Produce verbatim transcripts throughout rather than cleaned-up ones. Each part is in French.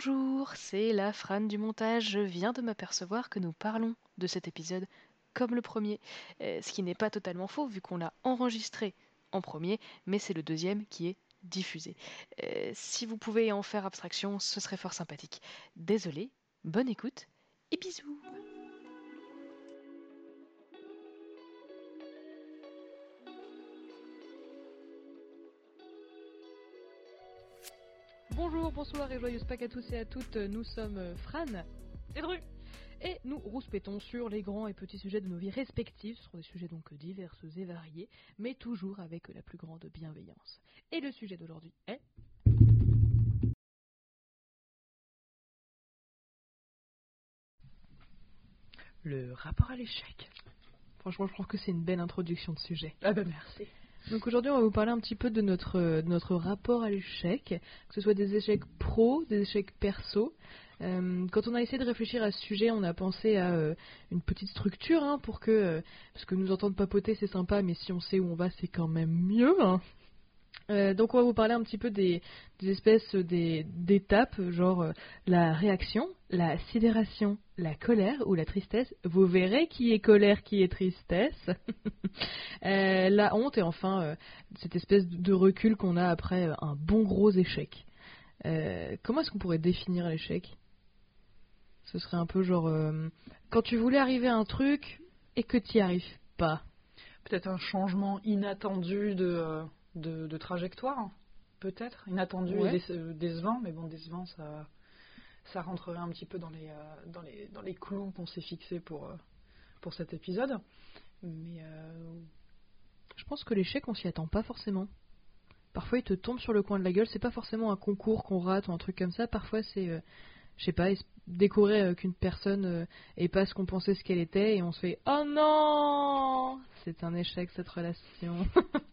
Bonjour, c'est la Fran du montage. Je viens de m'apercevoir que nous parlons de cet épisode comme le premier, Euh, ce qui n'est pas totalement faux vu qu'on l'a enregistré en premier, mais c'est le deuxième qui est diffusé. Euh, si vous pouvez en faire abstraction, ce serait fort sympathique. Désolé, bonne écoute et bisous. Bonjour, bonsoir et joyeuse Pâques à tous et à toutes, nous sommes euh, Fran et Dru et nous rouspétons sur les grands et petits sujets de nos vies respectives, sur des sujets donc divers et variés, mais toujours avec la plus grande bienveillance. Et le sujet d'aujourd'hui est... le rapport à l'échec. Franchement, je trouve que c'est une belle introduction de sujet. Ah bah merci. Donc aujourd'hui, on va vous parler un petit peu de notre, de notre rapport à l'échec, que ce soit des échecs pro, des échecs perso. Euh, quand on a essayé de réfléchir à ce sujet, on a pensé à euh, une petite structure, hein, pour que, euh, parce que nous entendre papoter c'est sympa, mais si on sait où on va, c'est quand même mieux. Hein. Euh, donc on va vous parler un petit peu des, des espèces des, d'étapes, genre euh, la réaction, la sidération, la colère ou la tristesse. Vous verrez qui est colère, qui est tristesse. euh, la honte et enfin euh, cette espèce de recul qu'on a après euh, un bon gros échec. Euh, comment est-ce qu'on pourrait définir l'échec ? Ce serait un peu genre euh, quand tu voulais arriver à un truc et que tu n'y arrives pas. Peut-être un changement inattendu de, euh, de, de trajectoire, peut-être. Inattendu Ouais. et dé- euh, décevant, mais bon, décevant, ça, ça rentrerait un petit peu dans les, euh, dans les, dans les clous qu'on s'est fixés pour, euh, pour cet épisode. Mais euh, Je pense que l'échec, on s'y attend pas forcément. Parfois, il te tombe sur le coin de la gueule. C'est pas forcément un concours qu'on rate ou un truc comme ça. Parfois, c'est, euh, je sais pas, es- découvrir euh, qu'une personne euh, est pas ce qu'on pensait ce qu'elle était et on se fait « Oh non !» C'est un échec, cette relation.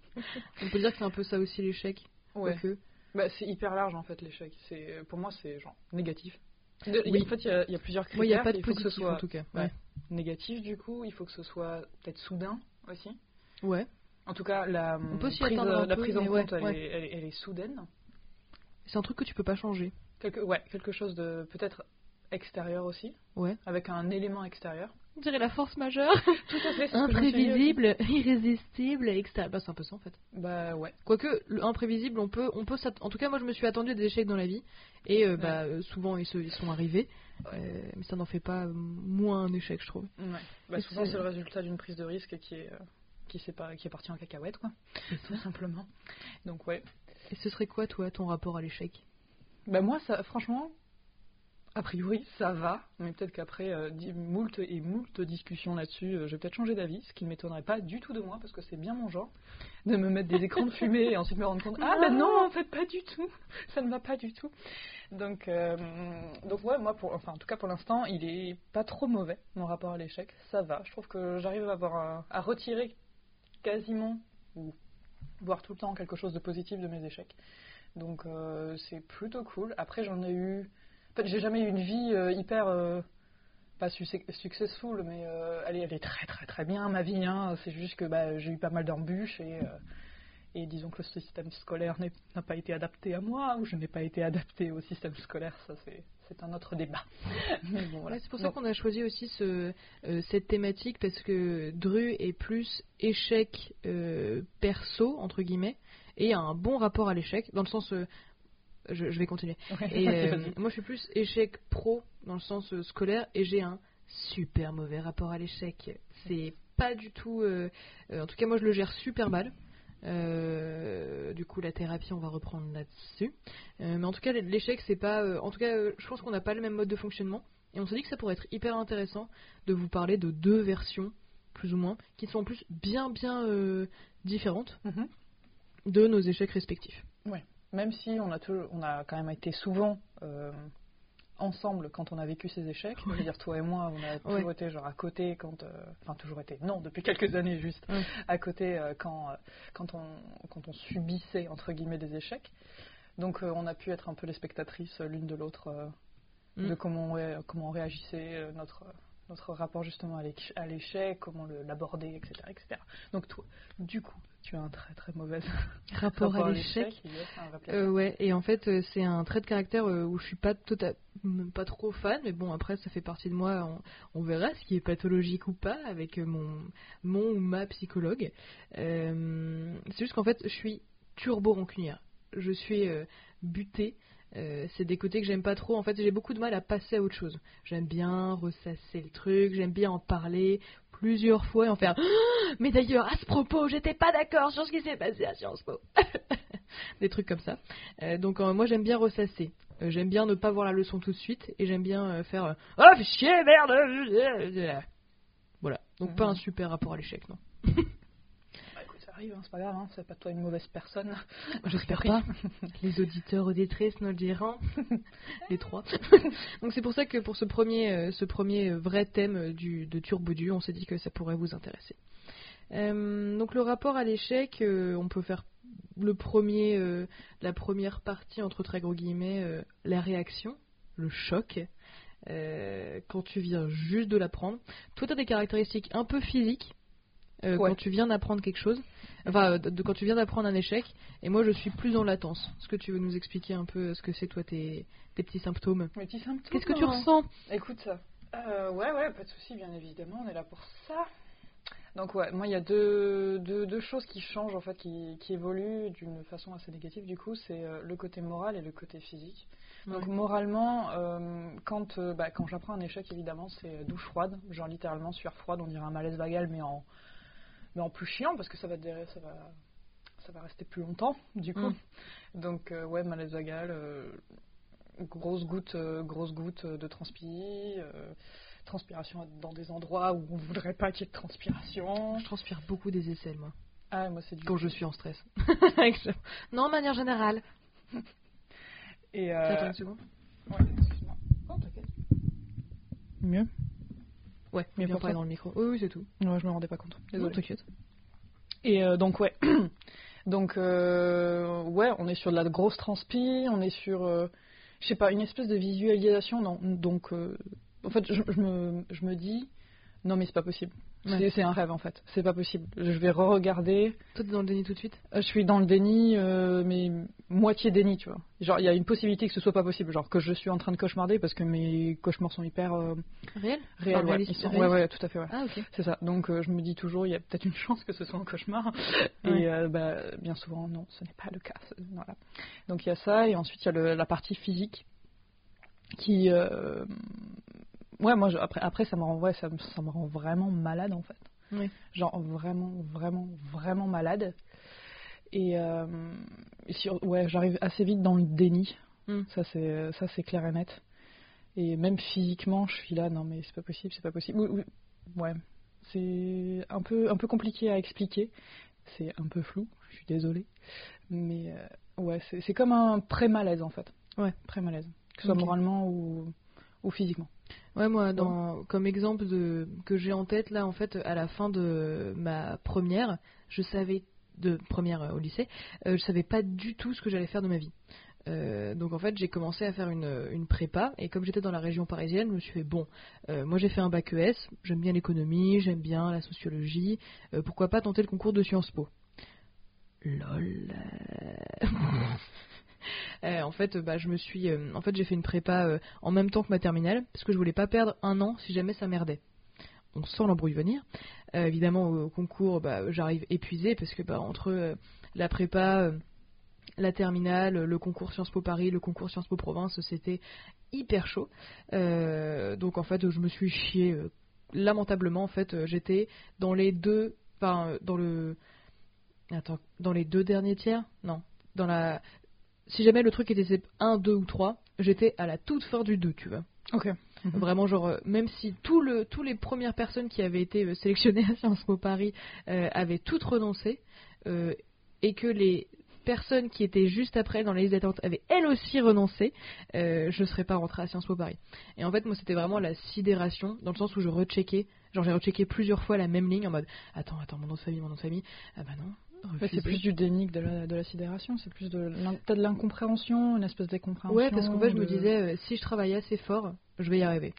On peut dire que c'est un peu ça aussi, l'échec. ouais. Quoique. Bah, c'est hyper large en fait l'échec. C'est, pour moi, c'est genre négatif. De- Oui. En fait, il y, a- il y a plusieurs critères. Moi, il n'y a pas de Il faut que ce positif, soit en tout cas. ouais, Ouais. négatif du coup. Il faut que ce soit peut-être soudain aussi. Ouais. En tout cas, la, On peut s'y prise, attendre un la peu, prise en mais ouais, compte, elle, ouais. Est, elle, est, elle est soudaine. C'est un truc que tu peux pas changer. Quelque, ouais, quelque chose de peut-être extérieur aussi, Ouais. avec un élément extérieur. On dirait la force majeure. Tout à fait, c'est ce que je me suis dit aussi. Imprévisible, irrésistible, et cetera. Bah, c'est un peu ça, en fait. Bah ouais. Quoique, le imprévisible, on peut, on peut s'att- en tout cas, moi je me suis attendu à des échecs dans la vie, et euh, bah, euh, souvent ils, se, ils sont arrivés, euh, mais ça n'en fait pas euh, moins un échec, je trouve. Ouais. Bah, Et souvent c'est- c'est le résultat d'une prise de risque qui est, euh, qui, s'est pas, qui est partie en cacahuète, quoi. Tout simplement. Donc ouais. Et ce serait quoi, toi, ton rapport à l'échec ? Bah moi, ça, franchement, a priori, ça va, mais peut-être qu'après euh, di- moult et moult discussions là-dessus, euh, je vais peut-être changer d'avis, ce qui ne m'étonnerait pas du tout de moi, parce que c'est bien mon genre, de me mettre des écrans de fumée et ensuite me rendre compte, ah ben non, en fait, pas du tout, ça ne va pas du tout. Donc, euh, donc ouais, moi, pour, enfin, en tout cas pour l'instant, il est pas trop mauvais, mon rapport à l'échec, ça va. Je trouve que j'arrive à, avoir un- à retirer quasiment, ou voire tout le temps, quelque chose de positif de mes échecs. Donc euh, c'est plutôt cool. Après, j'en ai eu... En fait, j'ai jamais eu une vie euh, hyper... euh, pas su- successful, mais euh, elle, est, elle est très très très bien, ma vie. Hein. C'est juste que bah, j'ai eu pas mal d'embûches et, euh, et disons que le système scolaire n'est- n'a pas été adapté à moi, ou je n'ai pas été adaptée au système scolaire. Ça, c'est, c'est un autre débat. Mais bon, voilà. Ouais, c'est pour ça Donc, qu'on a choisi aussi ce, euh, cette thématique, parce que Dru est plus échec euh, perso, entre guillemets, et a un bon rapport à l'échec, dans le sens... euh, je, je vais continuer. ouais, Et euh, vas-y. moi, je suis plus échec pro dans le sens euh, scolaire, et j'ai un super mauvais rapport à l'échec. C'est pas du tout. Euh, euh, en tout cas, moi, je le gère super mal. Euh, du coup, la thérapie, on va reprendre là-dessus. Euh, mais en tout cas, l'échec, c'est pas. Euh, en tout cas, euh, je pense qu'on n'a pas le même mode de fonctionnement. Et on s'est dit que ça pourrait être hyper intéressant de vous parler de deux versions, plus ou moins, qui sont en plus bien, bien euh, différentes Mhm. de nos échecs respectifs. Même si on a, toujours, on a quand même été souvent euh, ensemble quand on a vécu ces échecs. Je veux dire, toi et moi, on a toujours Ouais. été genre à côté quand... euh, Enfin, toujours été, non, depuis quelques années juste, Ouais. à côté euh, quand, euh, quand, on, quand on subissait, entre guillemets, des échecs. Donc euh, on a pu être un peu les spectatrices euh, l'une de l'autre euh, Mm. de comment on, ré- comment on réagissait, euh, notre, notre rapport justement à l'éch- à l'échec, comment le- l'aborder, et cetera, et cetera. Donc toi, du coup, tu as un très très mauvais Rapport à l'échec. il y a un vrai plaisir. Euh, ouais, et en fait, euh, c'est un trait de caractère euh, où je suis pas tota- m- pas trop fan, mais bon, après, ça fait partie de moi. On, on verra ce qui est pathologique ou pas avec euh, mon mon ou ma psychologue. Euh, c'est juste qu'en fait, je suis turbo rancunière. Je suis euh, butée. Euh, c'est des côtés que j'aime pas trop. En fait, j'ai beaucoup de mal à passer à autre chose. J'aime bien ressasser le truc, j'aime bien en parler plusieurs fois et en faire. Mais d'ailleurs, à ce propos, j'étais pas d'accord sur ce qui s'est passé à Sciences Po. Des trucs comme ça. Euh, donc euh, moi, j'aime bien ressasser. Euh, j'aime bien ne pas voir la leçon tout de suite et j'aime bien euh, faire. Euh, oh, fais chier, merde. Voilà. Donc Mhm. pas un super rapport à l'échec, non. Bah, écoute, ça arrive, hein, c'est pas grave, hein, c'est pas toi une mauvaise personne. J'espère pas. Les auditeurs auditrices nous le diront. Les trois. Donc c'est pour ça que pour ce premier, euh, ce premier vrai thème euh, du, de Turbodu, on s'est dit que ça pourrait vous intéresser. Euh, donc le rapport à l'échec, euh, on peut faire le premier, euh, la première partie entre très gros guillemets, euh, la réaction, le choc. Euh, quand tu viens juste de l'apprendre. Toi, tu as des caractéristiques un peu physiques euh, Ouais. quand tu viens d'apprendre quelque chose. Enfin, de, de- quand tu viens d'apprendre un échec. Et moi, je suis plus en latence. Est-ce que tu veux nous expliquer un peu ce que c'est, toi, tes, tes petits symptômes? Mes petits symptômes. Qu'est-ce que tu hein. ressens? Écoute, euh, ouais, ouais, pas de souci, bien évidemment, on est là pour ça. Donc ouais, moi il y a deux, deux, deux choses qui changent en fait, qui, qui évoluent d'une façon assez négative du coup, c'est euh, le côté moral et le côté physique. Donc Ouais. moralement, euh, quand, euh, bah, quand j'apprends un échec évidemment c'est douche froide, genre littéralement sueur froide, on dirait un malaise vagal mais en, mais en plus chiant parce que ça va, dé- ça va, ça va rester plus longtemps du coup. Mm. Donc euh, ouais, malaise vagal, euh, grosse goutte, euh, grosse goutte de transpi. Euh, transpiration dans des endroits où on voudrait pas qu'il y ait de transpiration. Je transpire beaucoup des aisselles, moi, Ah, moi c'est du quand je suis en stress. Non, de manière générale. Et Tiens, attends euh... une seconde. ouais, excuse-moi. Oh, t'inquiète. Mieux. Ouais, Mieux bien pour parler toi dans le micro. Oui, oui, c'est tout. Ouais, je me rendais pas compte. Non, Désolée. t'inquiète. Et euh, donc ouais, donc euh, ouais, on est sur de la grosse transpi, on est sur, euh, je sais pas, une espèce de visualisation. Non, donc euh, en fait, je, je me, je me dis, non mais c'est pas possible. Ouais. C'est, c'est un rêve en fait. C'est pas possible. Je vais re-regarder. Toi, t'es dans le déni tout de suite? Euh, Je suis dans le déni, euh, mais moitié déni, tu vois. Genre, il y a une possibilité que ce soit pas possible, genre que je suis en train de cauchemarder parce que mes cauchemars sont hyper euh, Réel? réels. Enfin, ouais. réaliste- Ils sont- réaliste. ouais, ouais, tout à fait, ouais. Ah, ok. C'est ça. Donc, euh, je me dis toujours, il y a peut-être une chance que ce soit un cauchemar. Ouais. Et euh, bah, bien souvent, non, ce n'est pas le cas. C'est- Voilà. Donc, il y a ça, et ensuite, il y a le- la partie physique qui. euh, Ouais, moi, je- après, après, ça me rend, ouais, ça, me- ça me rend vraiment malade, en fait. Oui. Genre, vraiment, vraiment, vraiment malade. Et, euh, et sur- ouais, j'arrive assez vite dans le déni. Mm. Ça, c'est, ça, c'est clair et net. Et même physiquement, je suis là, non, mais c'est pas possible, c'est pas possible. Oui, oui, ouais, c'est un peu, un peu compliqué à expliquer. C'est un peu flou, je suis désolée. Mais euh, ouais, c'est, c'est comme un pré-malaise, en fait. Ouais. Pré-malaise. Que ce soit Ok. moralement ou, ou physiquement. Ouais, moi, dans, comme exemple de, que j'ai en tête, là, en fait, à la fin de ma première, je savais, de première euh, au lycée, euh, je savais pas du tout ce que j'allais faire de ma vie. Euh, donc en fait, j'ai commencé à faire une, une prépa, et comme j'étais dans la région parisienne, je me suis fait, bon, euh, moi j'ai fait un bac E S, j'aime bien l'économie, j'aime bien la sociologie, euh, pourquoi pas tenter le concours de Sciences Po. Lol. Euh, en fait, bah, je me suis, euh, en fait, j'ai fait une prépa euh, en même temps que ma terminale, parce que je voulais pas perdre un an si jamais ça merdait. On sent l'embrouille venir. Euh, évidemment, au, au concours, bah, j'arrive épuisée, parce que bah, entre euh, la prépa, euh, la terminale, le concours Sciences Po Paris, le concours Sciences Po Province, c'était hyper chaud. Euh, donc en fait, je me suis chiée euh, lamentablement. En fait, euh, j'étais dans les deux, enfin, euh, dans le, attends, dans les deux derniers tiers, non, dans la si jamais le truc était un, deux ou trois, j'étais à la toute fin du deux, tu vois. Ok. Mhm. Vraiment, genre, euh, même si tout le, tous les premières personnes qui avaient été euh, sélectionnées à Sciences Po Paris euh, avaient toutes renoncé, euh, et que les personnes qui étaient juste après dans les listes d'attente avaient elles aussi renoncé, euh, je ne serais pas rentrée à Sciences Po Paris. Et en fait, moi, c'était vraiment la sidération, dans le sens où je recheckais, genre j'ai rechecké plusieurs fois la même ligne en mode, attends, attends, mon nom de famille, mon nom de famille, ah bah non. Ouais, c'est plus du déni que de la, de la sidération, c'est plus de l'in- t'as de l'incompréhension, une espèce d'incompréhension. Ouais, parce qu'en fait, je me de- disais, euh, si je travaille assez fort, je vais y arriver. Ouais.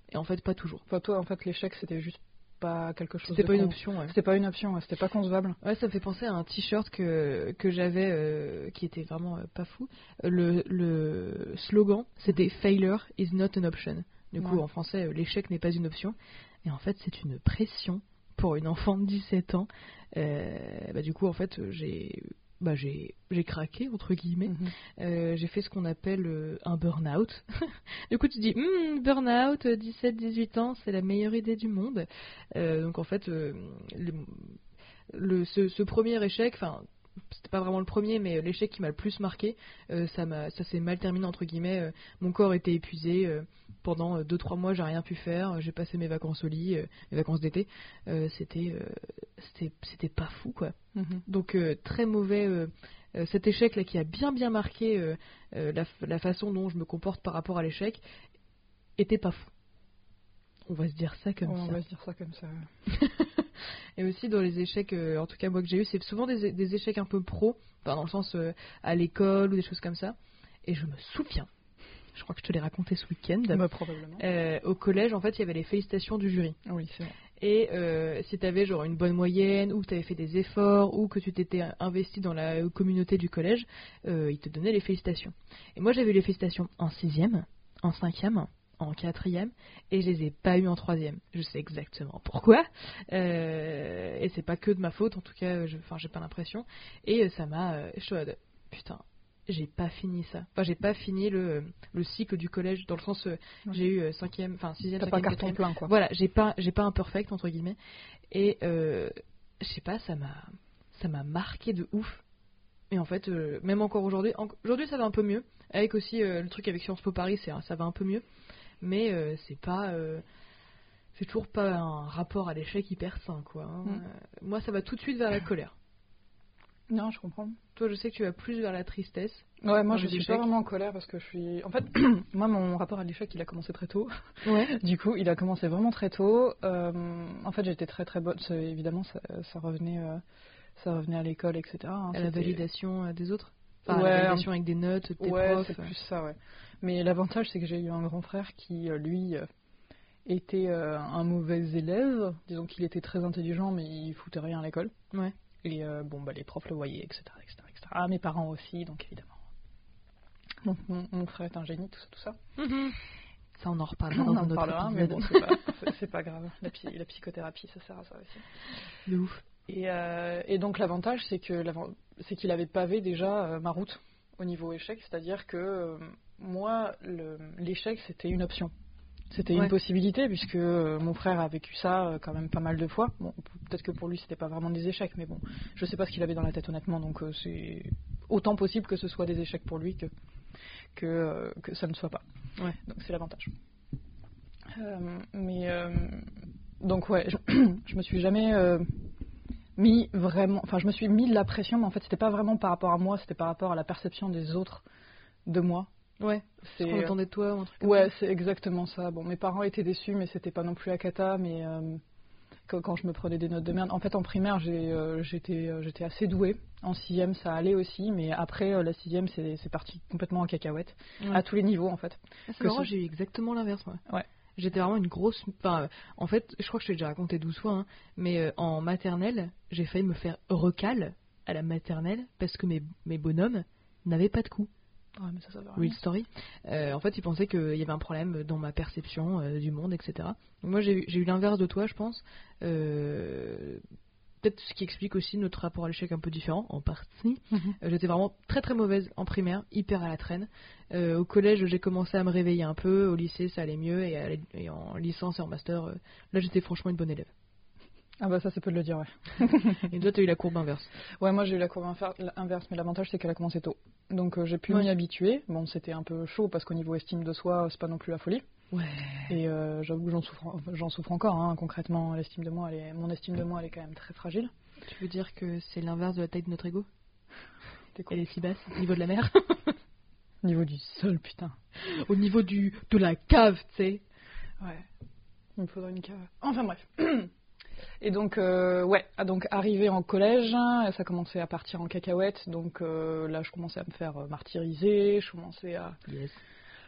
Et en fait, pas toujours. Enfin, toi, en fait, l'échec, c'était juste pas quelque chose. C'était de pas une con... option. Ouais. C'était pas une option. Ouais. C'était pas concevable. Ouais, ça me fait penser à un t-shirt que que j'avais, euh, qui était vraiment euh, pas fou. Le le slogan, c'était "Failure is not an option". Du coup, Ouais. en français, euh, l'échec n'est pas une option. Et en fait, c'est une pression pour une enfant de dix-sept ans. Euh, bah, du coup, en fait, j'ai bah, j'ai j'ai craqué entre guillemets. Mm-hmm. Euh, j'ai fait ce qu'on appelle euh, un burn-out. Du coup, tu dis, hm, burn-out, dix-sept dix-huit ans, c'est la meilleure idée du monde. Euh, donc, en fait, euh, le, le, ce, ce premier échec, enfin, c'était pas vraiment le premier, mais l'échec qui m'a le plus marqué, euh, ça, m'a, ça s'est mal terminé, entre guillemets. Euh, mon corps était épuisé. Euh, pendant deux trois mois, j'ai rien pu faire. J'ai passé mes vacances au lit, euh, mes vacances d'été. Euh, c'était, euh, c'était, c'était pas fou, quoi. Mm-hmm. Donc, euh, très mauvais. Euh, Euh, cet échec là qui a bien bien marqué euh, euh, la, la façon dont je me comporte par rapport à l'échec était pas fou. On va se dire ça comme Ouais, ça. on va se dire ça comme ça. Et aussi dans les échecs, euh, en tout cas moi que j'ai eu, c'est souvent des, des échecs un peu pro, enfin, dans le sens euh, à l'école ou des choses comme ça. Et je me souviens, je crois que je te l'ai raconté ce week-end, Bah, probablement. euh, au collège en fait il y avait les félicitations du jury. Oui, c'est vrai. Et euh, si tu avais genre une bonne moyenne, ou que tu avais fait des efforts, ou que tu t'étais investi dans la communauté du collège, euh, ils te donnaient les félicitations. Et moi j'avais eu les félicitations en sixième, en cinquième, en quatrième, et je les ai pas eu en troisième. Je sais exactement pourquoi. Euh, et c'est pas que de ma faute, en tout cas, je, enfin j'ai pas l'impression. Et euh, ça m'a, euh, je suis en mode, putain, j'ai pas fini ça. Enfin, j'ai pas fini le, le cycle du collège, dans le sens, euh, Ouais. j'ai eu euh, cinquième, enfin sixième, T'as pas cinquième, carton quatrième. plein, quoi. Voilà, j'ai pas, j'ai pas un perfect entre guillemets. Et euh, je sais pas, ça m'a, ça m'a marqué de ouf. Et en fait, euh, même encore aujourd'hui, en- aujourd'hui ça va un peu mieux. Avec aussi euh, le truc avec Sciences Po Paris, c'est, ça va un peu mieux. Mais euh, c'est pas, euh, c'est toujours pas un rapport à l'échec hyper sain, quoi. Hein. Mm. Euh, moi, ça va tout de suite vers la colère. Non, je comprends. Toi, je sais que tu vas plus vers la tristesse. Ouais, moi Dans je les suis échecs. pas vraiment en colère parce que je suis. En fait, moi mon rapport à l'échec il a commencé très tôt. Ouais. Du coup, il a commencé vraiment très tôt. Euh, en fait, j'étais très très bonne. C'est- Évidemment, ça, ça revenait, euh, ça revenait à l'école, et cetera. hein. À la C'était- validation euh, des autres. Enfin, Ouais, à la validation avec des notes, tes Ouais, profs. c'est plus ça, ouais. Mais l'avantage, c'est que j'ai eu un grand frère qui, euh, lui, euh, était euh, un mauvais élève. Disons qu'il était très intelligent, mais il foutait rien à l'école. Ouais. Et euh, bon, bah, les profs le voyaient, et cetera, et cetera, et cetera. Ah, mes parents aussi, donc évidemment. Mon, mon, mon frère est un génie, tout ça, tout ça. Mhm. Ça, on en reparlera On dans un en autre parlera, mais épisode. bon, c'est pas, c'est- c'est pas grave. La, psy- la psychothérapie, ça sert à ça aussi. De ouf. Et, euh, et donc l'avantage, c'est que l'avan- c'est qu'il avait pavé déjà euh, ma route au niveau échec, c'est-à-dire que euh, moi, le- l'échec, c'était une option. C'était Ouais. une possibilité, puisque euh, mon frère a vécu ça euh, quand même pas mal de fois. Bon, p- peut-être que pour lui, c'était pas vraiment des échecs, mais bon, je sais pas ce qu'il avait dans la tête honnêtement, donc euh, c'est autant possible que ce soit des échecs pour lui que, que, euh, que ça ne soit pas. Ouais. Donc c'est l'avantage. Euh, mais euh, donc ouais, je, je me suis jamais euh, mis vraiment, enfin je me suis mis de la pression, mais en fait c'était pas vraiment par rapport à moi, c'était par rapport à la perception des autres de moi. Ouais. C'est Ce qu'on attendait de toi ou un truc comme ouais, ça. c'est exactement ça. Bon, mes parents étaient déçus, mais c'était pas non plus à cata, mais euh, quand, quand je me prenais des notes de merde. En fait, en primaire, j'ai, euh, j'étais, euh, j'étais assez douée. En sixième, ça allait aussi, mais après euh, la sixième, c'est, c'est parti complètement en cacahuète, Ouais. à tous les niveaux en fait. Ah, c'est que marrant, ce- j'ai eu exactement l'inverse, moi. Ouais. J'étais vraiment une grosse. Enfin, euh, en fait, je crois que je t'ai déjà raconté douze fois, hein, mais euh, en maternelle, j'ai failli me faire recal à la maternelle parce que mes, mes bonhommes n'avaient pas de coups. Ouais, mais ça, ça va. Real story. Euh, en fait, ils pensaient qu'il y avait un problème dans ma perception euh, du monde, et cetera. Donc moi, j'ai, eu- j'ai eu l'inverse de toi, je pense. Euh, peut-être ce qui explique aussi notre rapport à l'échec un peu différent, en partie. Mhm. Euh, j'étais vraiment très très mauvaise en primaire, hyper à la traîne. Euh, au collège, j'ai commencé à me réveiller un peu. Au lycée, ça allait mieux. Et, à la- et en licence et en master, euh, là, j'étais franchement une bonne élève. Ah bah ça, c'est peu de le dire, ouais. Et toi, t'as eu la courbe inverse. Ouais, moi j'ai eu la courbe infer- inverse, mais l'avantage c'est qu'elle a commencé tôt. Donc euh, j'ai pu Ouais. m'y habituer. Bon, c'était un peu chaud parce qu'au niveau estime de soi, c'est pas non plus la folie. Ouais. Et euh, j'avoue que j'en souffre, enfin, j'en souffre encore. Hein, concrètement, l'estime de moi, elle est, mon estime de moi, elle est quand même très fragile. Tu veux dire que c'est l'inverse de la taille de notre ego? T'es con. Elle est si basse, au niveau de la mer. Au niveau du sol, putain. Au niveau du, de la cave, tu sais. Ouais. Il me faudrait une cave. Enfin bref. Et donc, euh, ouais, ah, donc arrivé en collège, ça commençait à partir en cacahuète. Donc euh, là, je commençais à me faire euh, martyriser, je commençais à, Yes.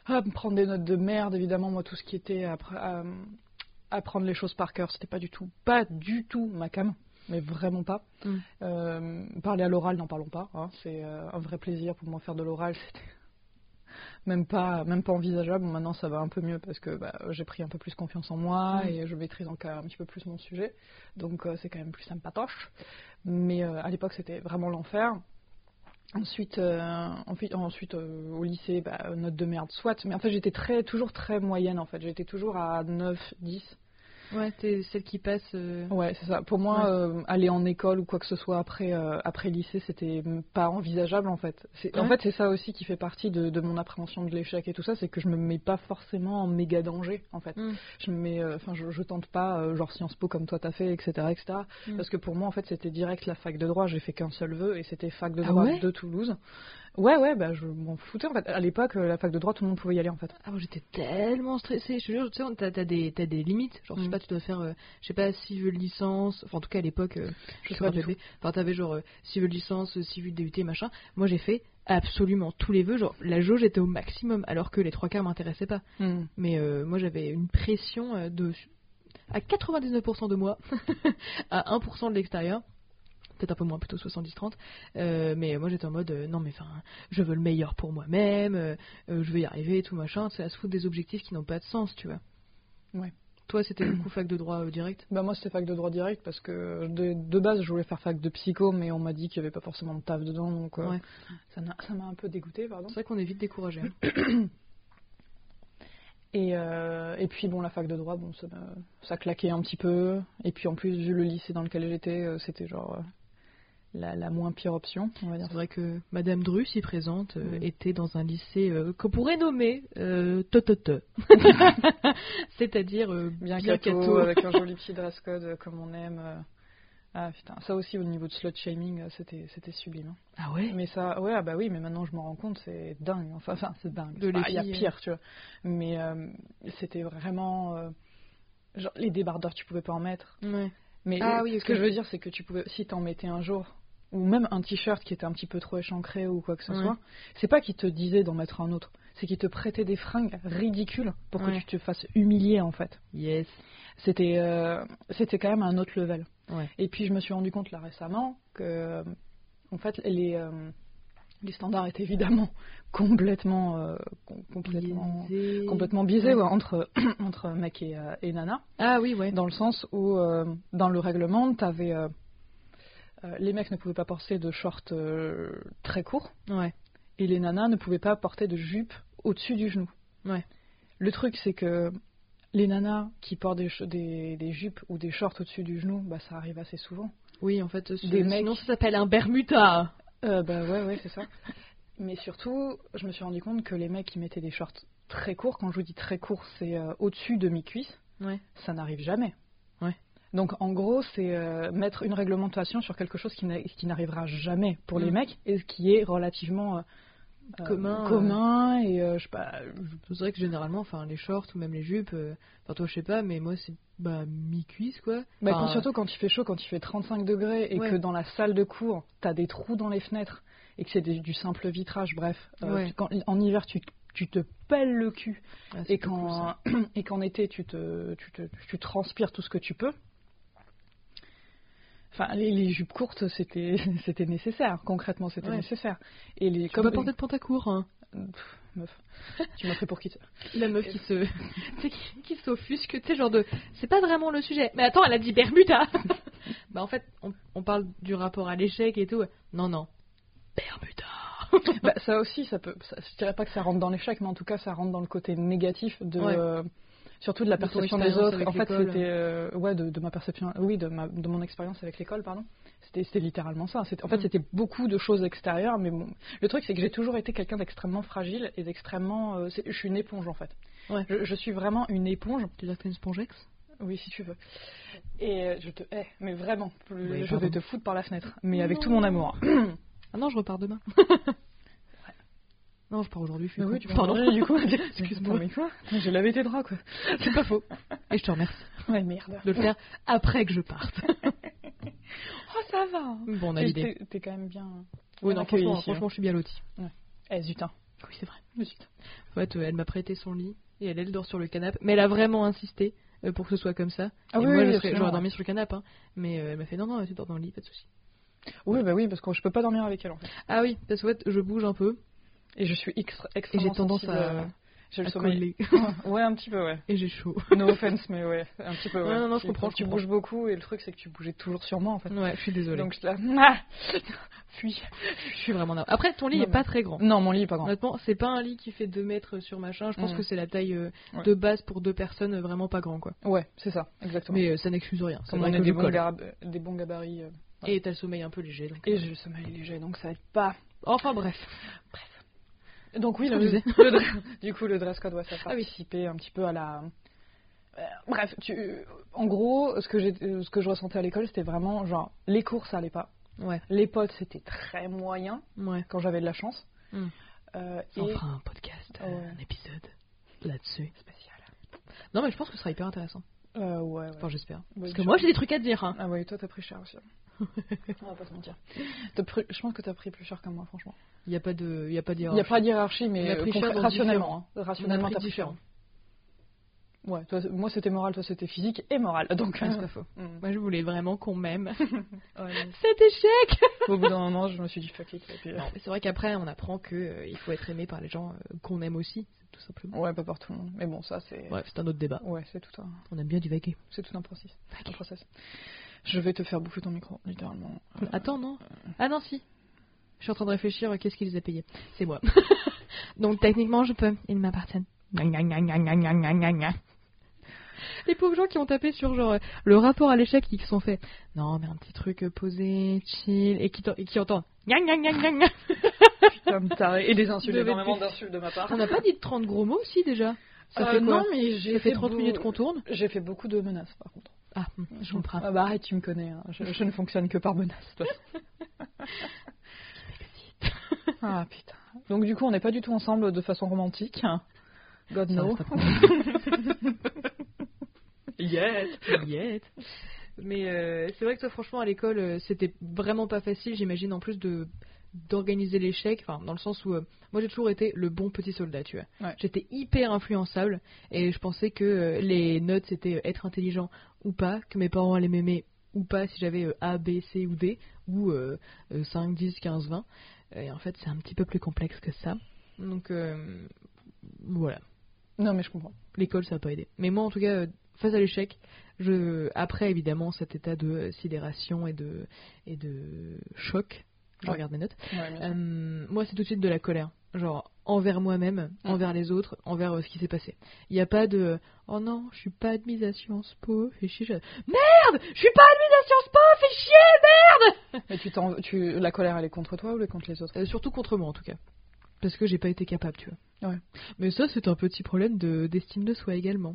à prendre des notes de merde, évidemment, moi, tout ce qui était à, à, apprendre les choses par cœur, c'était pas du tout, pas du tout ma came, mais vraiment pas. Mm. Euh, parler à l'oral, n'en parlons pas, hein, c'est euh, un vrai plaisir pour moi faire de l'oral, c'était même pas, même pas envisageable. Bon, maintenant ça va un peu mieux parce que bah, j'ai pris un peu plus confiance en moi mm. et je maîtrise encore un petit peu plus mon sujet, donc euh, c'est quand même plus sympatoche. Mais euh, à l'époque c'était vraiment l'enfer. Ensuite, euh, ensuite, ensuite euh, au lycée, bah, note de merde, soit. Mais en fait, j'étais très, toujours très moyenne, en fait. J'étais toujours à neuf, dix. Ouais, t'es celle qui passe... Euh... Ouais, c'est ça. Pour moi, ouais. euh, aller en école ou quoi que ce soit après, euh, après lycée, c'était pas envisageable, en fait. C'est, ouais. En fait, c'est ça aussi qui fait partie de, de mon appréhension de l'échec et tout ça, c'est que je me mets pas forcément en méga danger, en fait. Mm. Je me mets... Enfin, euh, je, je tente pas, euh, genre Sciences Po comme toi t'as fait, et cetera, et cetera. Mm. Parce que pour moi, en fait, c'était direct la fac de droit. J'ai fait qu'un seul vœu et c'était fac de droit ah ouais de Toulouse. Ouais, ouais, bah je m'en foutais en fait. À l'époque, la fac de droit, tout le monde pouvait y aller en fait. Ah, moi j'étais tellement stressée. Je te jure, tu sais, t'as, t'as, des, t'as des limites. Genre, mm. je sais pas, tu dois faire, euh, je sais pas, civil licence. Enfin, en tout cas, à l'époque, euh, je sais pas du tout. Enfin, t'avais genre euh, civil licence, civil D U T, machin. Moi, j'ai fait absolument tous les vœux. Genre, la jauge était au maximum, alors que les trois quarts m'intéressaient pas. Mm. Mais euh, moi, j'avais une pression euh, de à quatre-vingt-dix-neuf pour cent de moi, à un pour cent de l'extérieur. Peut-être un peu moins, plutôt soixante-dix trente. Euh, mais moi, j'étais en mode, euh, non, mais enfin, je veux le meilleur pour moi-même, euh, euh, je veux y arriver et tout, machin. C'est à se foutre des objectifs qui n'ont pas de sens, tu vois. Ouais. Toi, c'était du coup fac de droit euh, direct ? Bah, moi, c'était fac de droit direct parce que de, de base, je voulais faire fac de psycho, mais on m'a dit qu'il n'y avait pas forcément de taf dedans, donc euh, ouais. ça, m'a, ça m'a un peu dégoûté, pardon. C'est vrai qu'on est vite découragé. Hein. Et, euh, et puis bon, la fac de droit, bon, ça, ça claquait un petit peu. Et puis en plus, vu le lycée dans lequel j'étais, euh, c'était genre... Euh, La, la moins pire option, on va dire. C'est vrai que Madame Dru, si présente, euh, mmh. était dans un lycée euh, qu'on pourrait nommer euh, Totote. C'est-à-dire euh, bien cato, avec un joli petit dress code euh, comme on aime. Euh... Ah putain, ça aussi au niveau de slut shaming, euh, c'était, c'était sublime. Hein. Ah ouais. Mais ça, ouais, ah bah oui, mais maintenant je m'en rends compte, c'est dingue. Enfin, enfin c'est dingue. Il ah, y a pire, tu vois. Mais euh, c'était vraiment, euh, genre les débardeurs, tu pouvais pas en mettre. Ouais. Mais ah, oui, ce okay. que je veux dire, c'est que tu pouvais, si t'en mettais un jour, ou même un t-shirt qui était un petit peu trop échancré ou quoi que ce ouais. soit, c'est pas qu'il te disait d'en mettre un autre, c'est qu'il te prêtait des fringues ridicules pour ouais. que tu te fasses humilier en fait. Yes. C'était, euh, c'était quand même un autre level. Ouais. Et puis je me suis rendu compte là récemment que, euh, en fait, les, euh, les standards étaient évidemment complètement, euh, com- complètement, Biaisé. complètement biaisés ouais. Ouais, entre, entre mec et, euh, et nana. Ah oui, ouais. Dans le sens où, euh, dans le règlement, t'avais... Euh, Euh, les mecs ne pouvaient pas porter de shorts euh, très courts. Ouais. Et les nanas ne pouvaient pas porter de jupe au-dessus du genou. Ouais. Le truc, c'est que les nanas qui portent des, des, des jupes ou des shorts au-dessus du genou, bah, ça arrive assez souvent. Oui, en fait, des mecs... sinon ça s'appelle un bermuda. Euh, bah ouais, ouais, c'est ça. Mais surtout, je me suis rendu compte que les mecs qui mettaient des shorts très courts, quand je vous dis très courts, c'est euh, au-dessus de mi-cuisse, ouais. ça n'arrive jamais. Ouais. Donc en gros, c'est euh, mettre une réglementation sur quelque chose qui, n'a, qui n'arrivera jamais pour mmh. les mecs et qui est relativement euh, commun, commun euh... et euh, je sais pas. C'est vrai que généralement, enfin les shorts ou même les jupes, enfin euh, toi je sais pas, mais moi c'est bah mi-cuisse quoi. Bah quand, surtout quand il fait chaud, quand il fait trente-cinq degrés et ouais. que dans la salle de cours t'as des trous dans les fenêtres et que c'est des, du simple vitrage, bref. Euh, ouais. tu, quand, en hiver tu tu te pelles le cul ah, et, quand, cool, et qu'en été tu te, tu te tu transpires tout ce que tu peux. Enfin, les, les jupes courtes, c'était, c'était nécessaire. Concrètement, c'était ouais. nécessaire. Et les, tu comme peux pas porter de pantacourt, hein. Pff, meuf. Tu m'as pris pour qui t- La meuf qui se, qui, qui s'offusque, tu sais, genre de, c'est pas vraiment le sujet. Mais attends, elle a dit Bermuda. Bah en fait, on, on parle du rapport à l'échec et tout. Non, non. Bermuda. Bah ça aussi, ça peut. Ça, je dirais pas que ça rentre dans l'échec, mais en tout cas, ça rentre dans le côté négatif de. Ouais. Euh, Surtout de la perception des autres. En fait, l'école. c'était euh, ouais de, de ma perception, oui, de ma de mon expérience avec l'école, pardon. C'était c'était littéralement ça. C'était, en fait, mm. c'était beaucoup de choses extérieures, mais bon. Le truc, c'est que j'ai toujours été quelqu'un d'extrêmement fragile et d'extrêmement. Euh, je suis une éponge en fait. Ouais. Je, je suis vraiment une éponge. Tu veux dire que t'es une spongex ? Oui, si tu veux. Et euh, je te hais, mais vraiment. Oui, je vais te foutre par la fenêtre, mais non. Avec tout mon amour. Ah non, je repars demain. Non, je pars aujourd'hui. Je suis oui, tu pardon. Manger, du coup. Excuse-moi. Mais quoi ? J'ai lavé tes draps, quoi. C'est pas faux. Et je te remercie. Ouais, merde. De le faire après que je parte. Oh, ça va. Bon, on a l'idée. T'es, t'es quand même bien. Oui, non, franchement, franchement, je suis bien lotie. Ouais. Eh, zut, hein. Oui, c'est vrai. Mais zut. En fait, euh, elle m'a prêté son lit et elle, elle dort sur le canapé. Mais elle a vraiment insisté euh, pour que ce soit comme ça. Ah et oui, moi, oui, je serais- absolument, j'aurais ouais. dormi sur le canapé. Hein. Mais euh, elle m'a fait non, non, tu dors dans le lit, pas de soucis. Oui, bah oui, parce que je peux pas dormir avec elle en fait. Ah oui, parce qu'en fait, je bouge un peu Et je suis extra- et extrêmement j'ai tendance sensible, à, euh, J'ai le à sommeil. coller. Ouais, un petit peu, ouais. Et j'ai chaud. No offense, mais ouais, un petit peu, ouais. Ouais, non, non, je Tu- comprends, je Tu comprends. bouges beaucoup et le truc, c'est que tu bougeais toujours sur moi, en fait. Ouais, je suis désolée. Donc je là, ah, fuis. Je suis vraiment navrée. Après, ton lit Non, est mais- pas très grand. Non, mon lit est pas grand. Honnêtement, c'est pas un lit qui fait deux mètres sur machin. Je pense Mm. que c'est la taille euh, Ouais. de base pour deux personnes, euh, vraiment pas grand quoi. Ouais, c'est ça, exactement. Mais euh, ça n'excuse rien. C'est Comme vrai on que est des je bons, colle. gar- des bons gabarits. euh, voilà. Et t'as le sommeil un peu léger. Donc, Et euh, j'ai le sommeil léger, donc ça aide pas. Enfin bref. Donc oui, Qu'est-ce le, qu'on disait le dre- du coup, le dress code, ouais, ça Ah oui. participait un petit peu à la... Euh, bref, tu... en gros, ce que, j'ai... euh, ce que je ressentais à l'école, c'était vraiment genre, les cours, ça allait pas. Ouais. Les potes, c'était très moyen, Ouais. quand j'avais de la chance. Mm. Euh, On et... fera un podcast, Ouais. un épisode là-dessus. Spécial. Non mais je pense que ce sera hyper intéressant. Euh, ouais, ouais. Enfin j'espère. Ouais, Parce que je- moi j'ai des trucs à te dire. Hein. Ah ouais, toi, t'as pris cher aussi. On va pas se mentir. T'as pris- Je pense que t'as pris plus cher que moi, franchement. Il y a pas de, il y a pas de Il n'y a hiérarchie. pas de hiérarchie, On mais a pris euh, cher concré- dans rationnellement. différents. hein. Rationnellement, On a pris t'as pris cher. différents. Ouais, toi, moi c'était moral, toi c'était physique et moral. Donc, Ah, c'est pas faux. Mm. Moi je voulais vraiment qu'on m'aime. Ouais, non. Cet échec. Au bout d'un moment, je me suis dit fuck it. Et puis, euh, Non, mais c'est vrai qu'après on apprend que euh, il faut être aimé par les gens euh, qu'on aime aussi, tout simplement. Ouais, pas par tout le monde. Mais bon, ça c'est. Bref, c'est un autre débat. Ouais, c'est tout un, On aime bien divaguer. c'est tout un process. Un process. Je vais te faire bouffer ton micro, littéralement. Euh, Attends, non Ah non, si. Je suis en train de réfléchir, euh, qu'est-ce qui les a payés C'est moi. Donc techniquement, je peux. Ils m'appartiennent. Gna, gna, gna, gna, gna, gna, gna, gna, gna. Les pauvres gens qui ont tapé sur genre euh, le rapport à l'échec qui se sont fait non mais un petit truc euh, posé, chill et qui, t'en- et qui entendent gna, gna, gna, gna, gna. Putain de taré. Et des insultes, Devait énormément plus- d'insultes de ma part. On n'a pas dit de trente gros mots aussi déjà. Ça Euh, fait quoi Non, mais j'ai Ça fait trente beau- minutes qu'on tourne. J'ai fait beaucoup de menaces par contre. Ah, hum, je comprends. Ah bah arrête, tu me connais. hein. Je, je ne fonctionne que par menaces. toi. Ah putain. Donc du coup, on n'est pas du tout ensemble de façon romantique. God Ça no. reste un Yes. Yes. Mais euh, c'est vrai que toi, franchement, à l'école, euh, c'était vraiment pas facile, j'imagine, en plus de d'organiser l'échec, enfin, dans le sens où euh, moi j'ai toujours été le bon petit soldat, tu vois. Ouais. J'étais hyper influençable et je pensais que euh, les notes c'était euh, être intelligent ou pas, que mes parents allaient m'aimer ou pas si j'avais euh, A, B, C ou D, ou euh, euh, cinq, dix, quinze, vingt. Et en fait, c'est un petit peu plus complexe que ça. Donc, euh, voilà. Non mais je comprends. L'école, ça n'a pas aidé. Mais moi, en tout cas, euh, face à l'échec, je... après, évidemment, cet état de euh, sidération et de, et de choc, je Ouais. regarde mes notes, Ouais, bien sûr. euh, moi, c'est tout de suite de la colère. Genre, envers moi-même, Mm. envers les autres, envers euh, ce qui s'est passé. Il n'y a pas de euh, oh non, je suis pas admise à Sciences Po, fais chier. je- Merde, je suis pas admise à Sciences Po, fais chier. Mais tu t'en, tu, la colère, elle est contre toi ou elle est contre les autres? Euh, surtout contre moi, en tout cas. Parce que j'ai pas été capable, tu vois. Ouais. Mais ça, c'est un petit problème de, d'estime de soi également.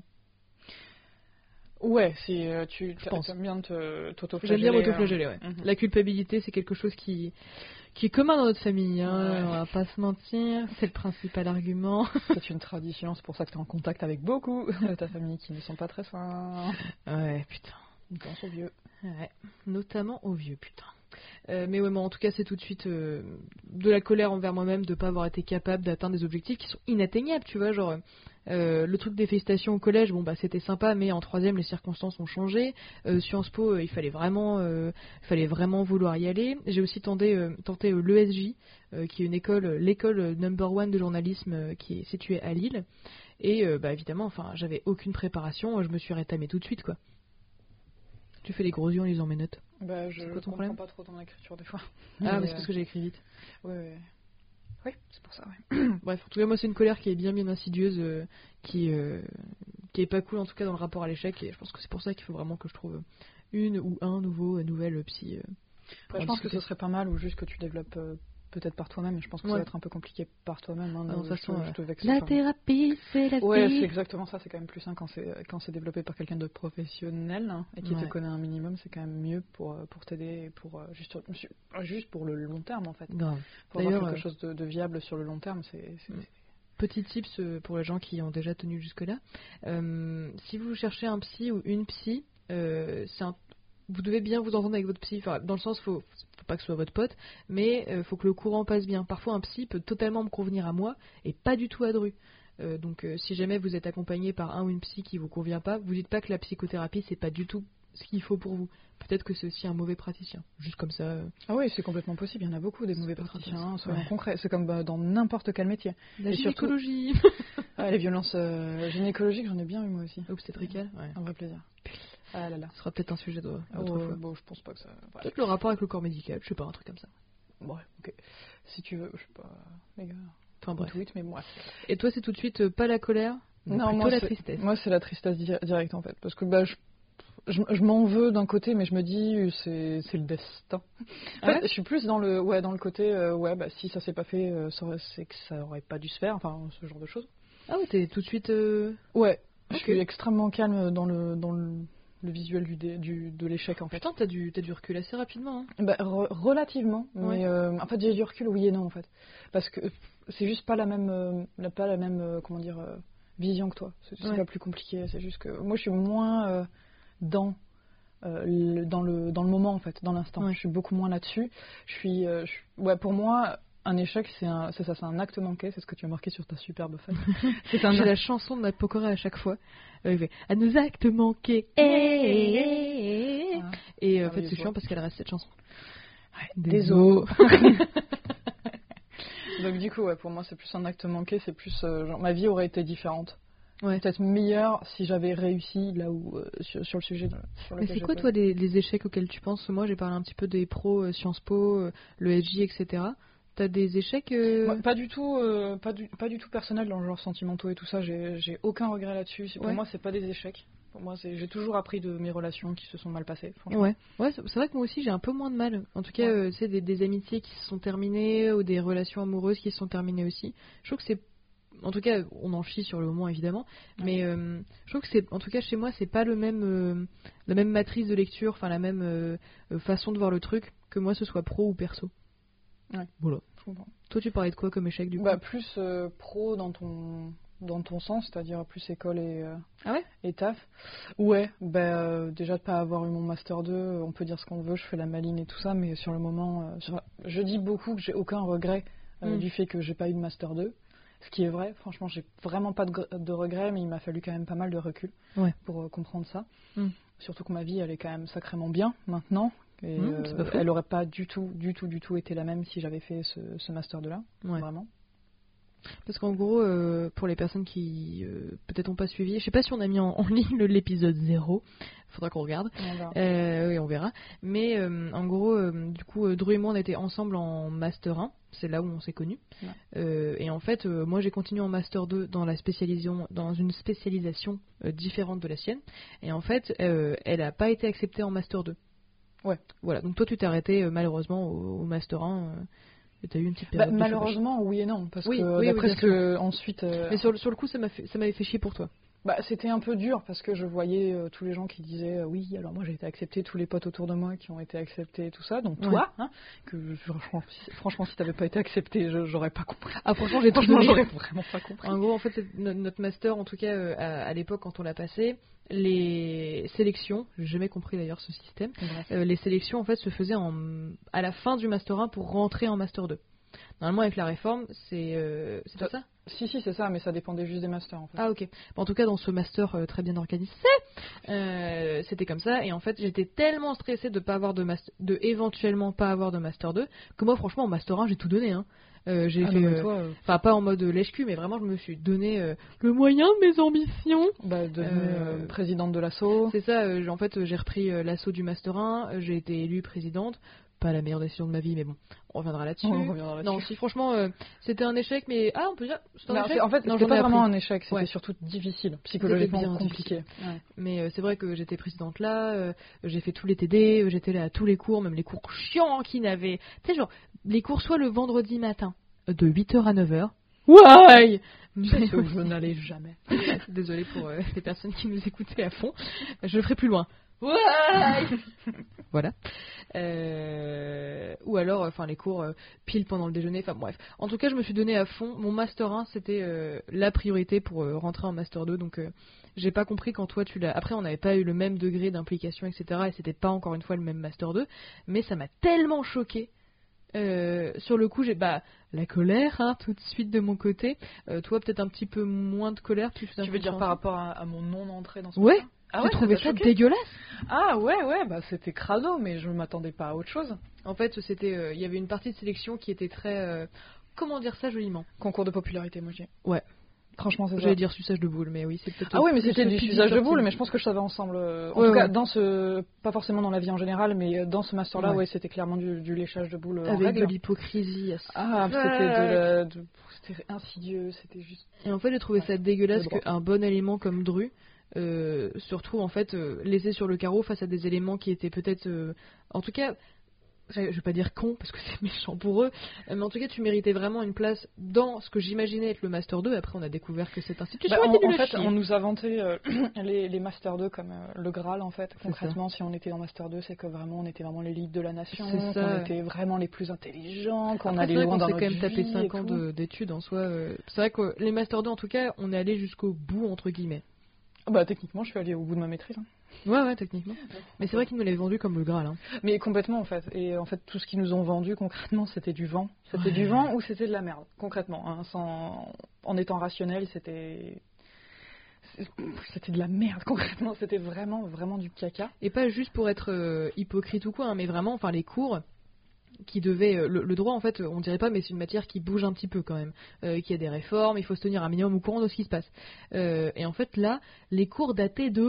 Ouais, si euh, tu Je pense. aimes bien te, J'aime t'autoflageller. bien m'autoflageller, ouais. Mhm. La culpabilité, c'est quelque chose qui, qui est commun dans notre famille, hein, Ouais. on va pas se mentir, c'est le principal argument. C'est une tradition, c'est pour ça que tu es en contact avec beaucoup de ta famille qui ne sont pas très sains. Ouais, putain. Ils pensent aux vieux. Ouais, notamment aux vieux, putain. Euh, mais ouais, moi, en tout cas, c'est tout de suite euh, de la colère envers moi-même de pas avoir été capable d'atteindre des objectifs qui sont inatteignables, tu vois, genre euh, le truc des félicitations au collège, bon bah c'était sympa, mais en troisième les circonstances ont changé. Euh, Sciences Po, euh, il fallait vraiment, euh, il fallait vraiment vouloir y aller. J'ai aussi tenté, euh, tenté euh, l'E S J, euh, qui est une école, euh, l'école euh, number one de journalisme euh, qui est située à Lille. Et euh, bah évidemment, enfin, j'avais aucune préparation, je me suis rétamée tout de suite, quoi. Tu fais des gros yeux en lisant mes notes. Bah, je C'est quoi ton comprends problème pas trop ton écriture des fois. Ah, mais Mais, c'est parce que j'ai écrit vite. euh, Ouais, ouais. Oui, c'est pour ça, ouais. Bref, en tout cas, moi, c'est une colère qui est bien, bien insidieuse, euh, qui, euh, qui est pas cool, en tout cas, dans le rapport à l'échec. Et je pense que c'est pour ça qu'il faut vraiment que je trouve une ou un nouveau, euh, nouvelle psy. Euh, pour Bah, je en pense que discuter. ce serait pas mal ou juste que tu développes euh, peut-être par toi-même. Je pense que ça Ouais. va être un peu compliqué par toi-même. Hein, Ah, de toute je te- façon, je euh, te vexe, La enfin. thérapie, c'est la Ouais, vie. c'est exactement ça. C'est quand même plus sain quand c'est quand c'est développé par quelqu'un de professionnel hein, et qui Ouais. te connaît un minimum. C'est quand même mieux pour euh, pour t'aider, et pour euh, juste juste pour le long terme en fait. Grave. Pour avoir D'ailleurs, quelque euh, chose de, de viable sur le long terme, c'est. c'est- Mm. Petit tips euh, pour les gens qui ont déjà tenu jusque-là. Euh, si vous cherchez un psy ou une psy, euh, c'est un... vous devez bien vous entendre avec votre psy. Enfin, dans le sens, faut, faut pas que ce soit votre pote, mais il euh, faut que le courant passe bien. Parfois un psy peut totalement me convenir à moi et pas du tout à Dru. Euh, donc euh, si jamais vous êtes accompagné par un ou une psy qui vous convient pas, vous dites pas que la psychothérapie c'est pas du tout ce qu'il faut pour vous. Peut-être que c'est aussi un mauvais praticien, juste comme ça. Euh... Ah oui, c'est complètement possible, il y en a beaucoup des mauvais praticiens, hein, soyons ouais. concrets, c'est comme bah, dans n'importe quel métier. La et gynécologie surtout... ah, les violences euh, gynécologiques, j'en ai bien eu moi aussi. Obstétricales, ouais. Un vrai plaisir. Ah là là. Ce sera peut-être un sujet de oh, autre fois. Bon, je pense pas que ça... Ouais. Peut-être le rapport avec le corps médical, je sais pas, un truc comme ça. Ouais, ok. Si tu veux, je sais pas... Les gars... Enfin bref. Tweet, mais bref. Et toi, c'est tout de suite euh, pas la colère, mais non, plutôt moi, la c'est... tristesse. Moi, c'est la tristesse di- directe en fait. Parce que bah, je, je, je m'en veux d'un côté, mais je me dis, c'est, c'est le destin. En fait, ouais je suis plus dans le, ouais, dans le côté, euh, ouais, bah, si ça s'est pas fait, euh, ça aurait, c'est que ça aurait pas dû se faire, enfin, ce genre de choses. Ah ouais, t'es tout de suite... Euh... Ouais, okay. Je suis extrêmement calme dans le, dans le, le visuel du, dé, du, de l'échec en fait. Putain, t'as du, t'as du recul assez rapidement. Hein. Bah, re- relativement, ouais. mais euh, en fait, j'ai du recul, oui et non en fait. Parce que c'est juste pas la même, euh, pas la même, euh, comment dire, euh, vision que toi. C'est, c'est ouais. pas plus compliqué. C'est juste que moi, je suis moins euh, dans, euh, le, dans le, dans le moment en fait, dans l'instant. Ouais. Je suis beaucoup moins là-dessus. Je suis, euh, je, ouais, pour moi, un échec, c'est, un, c'est ça, c'est un acte manqué. C'est ce que tu as marqué sur ta superbe feuille. c'est un... J'ai la chanson de Matt Pokora à chaque fois. Euh, fait, à nos actes manqués. Hey, hey, hey. Ah, et en euh, fait, c'est chiant parce qu'elle reste cette chanson. Ouais, désolé. Donc du coup, ouais, pour moi, c'est plus un acte manqué, c'est plus euh, genre ma vie aurait été différente, ouais. Peut-être meilleure si j'avais réussi là où euh, sur, sur le sujet. De, sur Mais c'est quoi toi les, les échecs auxquels tu penses? Moi, j'ai parlé un petit peu des pros, euh, Sciences Po, euh, le S J, et cetera. T'as des échecs euh... Moi, Pas du tout, euh, pas du, pas du tout personnel dans le genre sentimentaux et tout ça. J'ai, j'ai aucun regret là-dessus. Pour ouais. moi, c'est pas des échecs. Pour moi, c'est, j'ai toujours appris de mes relations qui se sont mal passées. Ouais, ouais, c'est, c'est vrai que moi aussi j'ai un peu moins de mal. En tout cas, ouais. euh, c'est des, des amitiés qui se sont terminées ou des relations amoureuses qui se sont terminées aussi. Je trouve que c'est, en tout cas, on en chie sur le moment évidemment, ouais. mais euh, je trouve que c'est, en tout cas chez moi, c'est pas le même, euh, la même matrice de lecture, enfin la même euh, façon de voir le truc que moi, ce soit pro ou perso. Ouais. Voilà. Toi, tu parlais de quoi comme échec du coup? Bah plus euh, pro dans ton dans ton sens, c'est-à-dire plus école et euh, ah ouais et taf. Ouais, bah euh, déjà de pas avoir eu mon master deux, on peut dire ce qu'on veut, je fais la maline et tout ça, mais sur le moment, euh, sur... je dis beaucoup que j'ai aucun regret euh, mm. du fait que j'ai pas eu de master deux, ce qui est vrai. Franchement, j'ai vraiment pas de, gr- de regrets, mais il m'a fallu quand même pas mal de recul ouais. pour euh, comprendre ça. Mm. Surtout que ma vie, elle est quand même sacrément bien maintenant. Et mmh, euh, elle aurait pas du tout, du tout, du tout été la même si j'avais fait ce, ce master deux là, ouais. vraiment. Parce qu'en gros, euh, pour les personnes qui euh, peut-être n'ont pas suivi, je sais pas si on a mis en, en ligne l'épisode zéro, faudra qu'on regarde. On euh, oui, on verra. Mais euh, en gros, euh, du coup, euh, Dru et moi, on était ensemble en master un, c'est là où on s'est connus. Ouais. Euh, et en fait, euh, moi, j'ai continué en master deux dans la spécialisation, dans une spécialisation euh, différente de la sienne. Et en fait, euh, elle a pas été acceptée en master deux. Ouais. Voilà. Donc toi, tu t'es arrêté euh, malheureusement au, au master un. Euh, et t'as eu une petite période. Bah, malheureusement, oui et non, parce oui, que oui, d'après oui, ce que ensuite. Euh... Mais sur le sur le coup, ça m'a fait, ça m'avait fait chier pour toi. Bah, c'était un peu dur parce que je voyais euh, tous les gens qui disaient euh, oui, alors moi j'ai été acceptée, tous les potes autour de moi qui ont été acceptés et tout ça, donc toi, ouais. hein, que je, franchement, si, franchement, si t'avais pas été accepté, je, j'aurais pas compris. Ah, franchement, j'ai franchement, j'aurais vraiment pas compris. En gros, en fait, notre master, en tout cas, euh, à, à l'époque, quand on l'a passé, les sélections, j'ai jamais compris d'ailleurs ce système, euh, les sélections en fait se faisaient en, à la fin du master un pour rentrer en master deux. Normalement, avec la réforme, c'est, euh, c'est pas ça ? Si, si, c'est ça, mais ça dépendait juste des masters, en fait. Ah, ok. Bon, en tout cas, dans ce master euh, très bien organisé, euh, c'était comme ça. Et en fait, j'étais tellement stressée de pas avoir de master, de éventuellement pas avoir de master deux, que moi, franchement, en master un, j'ai tout donné, hein. Euh, j'ai ah fait, non, toi, enfin euh... pas en mode lèche-cul, mais vraiment je me suis donné euh, le moyen de mes ambitions. Bah, devenue euh, présidente de l'asso. C'est ça. Euh, en fait, j'ai repris euh, l'asso du master un. Euh, j'ai été élue présidente. Pas la meilleure décision de ma vie, mais bon, on reviendra là-dessus. On reviendra là-dessus. Non, si franchement, euh, c'était un échec, mais ah, on peut dire, c'est un non, échec. C'est, en fait, non, c'était pas ai vraiment appris. un échec, c'était ouais. surtout difficile, psychologiquement compliqué. Ouais. Mais euh, c'est vrai que j'étais présidente là, euh, j'ai fait tous les T D, euh, j'étais là à tous les cours, même les cours chiants qui n'avaient, tu sais genre les cours soit le vendredi matin de huit heures à neuf heures. Ouais. Mais je n'allais jamais. Désolée pour euh, les personnes qui nous écoutaient à fond. Je le ferai plus loin. Ouais. Voilà. Euh, ou alors, enfin, les cours euh, pile pendant le déjeuner. Enfin, bref. En tout cas, je me suis donné à fond. Mon master un, c'était euh, la priorité pour euh, rentrer en master deux. Donc, euh, j'ai pas compris quand toi tu l'as. Après, on n'avait pas eu le même degré d'implication, et cetera. Et c'était pas encore une fois le même master deux. Mais ça m'a tellement choquée. Euh, sur le coup, j'ai bah la colère, hein, tout de suite de mon côté. Euh, toi, peut-être un petit peu moins de colère. Plus Tu veux dire par rapport à, à mon non-entrée dans ce Ouais. master? Ah J'ai ouais, trouvé ça ça choqué dégueulasse. Ah ouais, ouais, bah c'était crado, mais je m'attendais pas à autre chose. En fait, c'était, il euh, y avait une partie de sélection qui était très, euh, comment dire ça joliment. Concours de popularité, moi j'ai. Ouais. Franchement, c'est ça. J'allais dire suçage de boule, mais oui, c'est peut-être. Ah oui, mais plus c'était le du public suçage de boule, sorti. mais je pense que je savais ensemble. euh, En Ouais, tout cas, ouais. dans ce, pas forcément dans la vie en général, mais dans ce master-là, Ouais. ouais, c'était clairement du, du léchage de boule euh, en Avec règle. de l'hypocrisie. Ah, c'était de la, de- c'était insidieux, c'était juste. Et en fait, j'ai trouvé Ouais. ça dégueulasse Le droit. qu'un bon aliment comme Dru euh, se retrouve en fait euh, laissé sur le carreau face à des éléments qui étaient peut-être, euh, en tout cas, je vais pas dire con parce que c'est méchant pour eux, mais en tout cas, tu méritais vraiment une place dans ce que j'imaginais être le master deux. Après, on a découvert que cette institution Bah, était en, en nulle à fait, chier. on nous a vanté euh, les, les Master deux comme euh, le Graal, en fait. C'est Concrètement, si on était en Master deux, c'est que vraiment, on était vraiment l'élite de la nation, C'est ça. qu'on était vraiment les plus intelligents, qu'on Après, allait c'est vrai loin qu'on dans s'est notre quand même tapé vie et cinq ans tout. de- d'études en soi. euh, C'est vrai que les Master deux, en tout cas, on est allé jusqu'au bout, entre guillemets. Bah, techniquement, je suis allée au bout de ma maîtrise. hein. Ouais, ouais, techniquement. Mais c'est vrai qu'ils nous l'avaient vendu comme le Graal. Hein. Mais complètement, en fait. Et en fait, tout ce qu'ils nous ont vendu, concrètement, c'était du vent. C'était Ouais. du vent ou c'était de la merde, concrètement. hein, sans... En étant rationnel, c'était... C'était de la merde, concrètement. C'était vraiment, vraiment du caca. Et pas juste pour être euh, hypocrite ou quoi, hein, mais vraiment, enfin, les cours qui devaient... euh, le, le droit, en fait, on dirait pas, mais c'est une matière qui bouge un petit peu quand même. Euh, qu'il y a des réformes, il faut se tenir un minimum au courant de ce qui se passe. Euh, et en fait, là, les cours dataient de...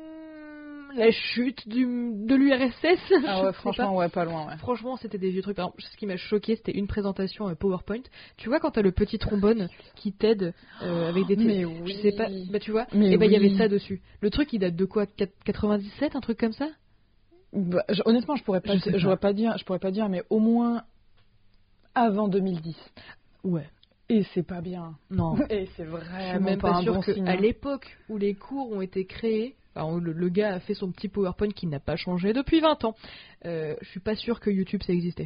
hmm, la chute du, de l'U R S S. Ah je ouais, sais franchement, ouais, pas loin, ouais. Franchement, c'était des vieux trucs. Par exemple, ce qui m'a choqué, c'était une présentation euh, PowerPoint. Tu vois, quand t'as le petit trombone qui t'aide euh, avec des... Mais Je oui. sais pas, bah tu vois, Mais et bah il y oui. avait ça dessus. Le truc, il date de quoi, quatre-vingt-dix-sept, un truc comme ça? Bah, je- honnêtement, je pourrais pas, Je sais pas. j'aurais pas dire, je pourrais pas dire, mais au moins avant deux mille dix. Ouais. Et c'est pas bien. Non. Et c'est Je vraiment suis même pas, pas un sûre bon qu'à signe. hein. l'époque où les cours ont été créés, alors le, le gars a fait son petit PowerPoint qui n'a pas changé depuis vingt ans. Euh, je suis pas sûre que YouTube ça existait.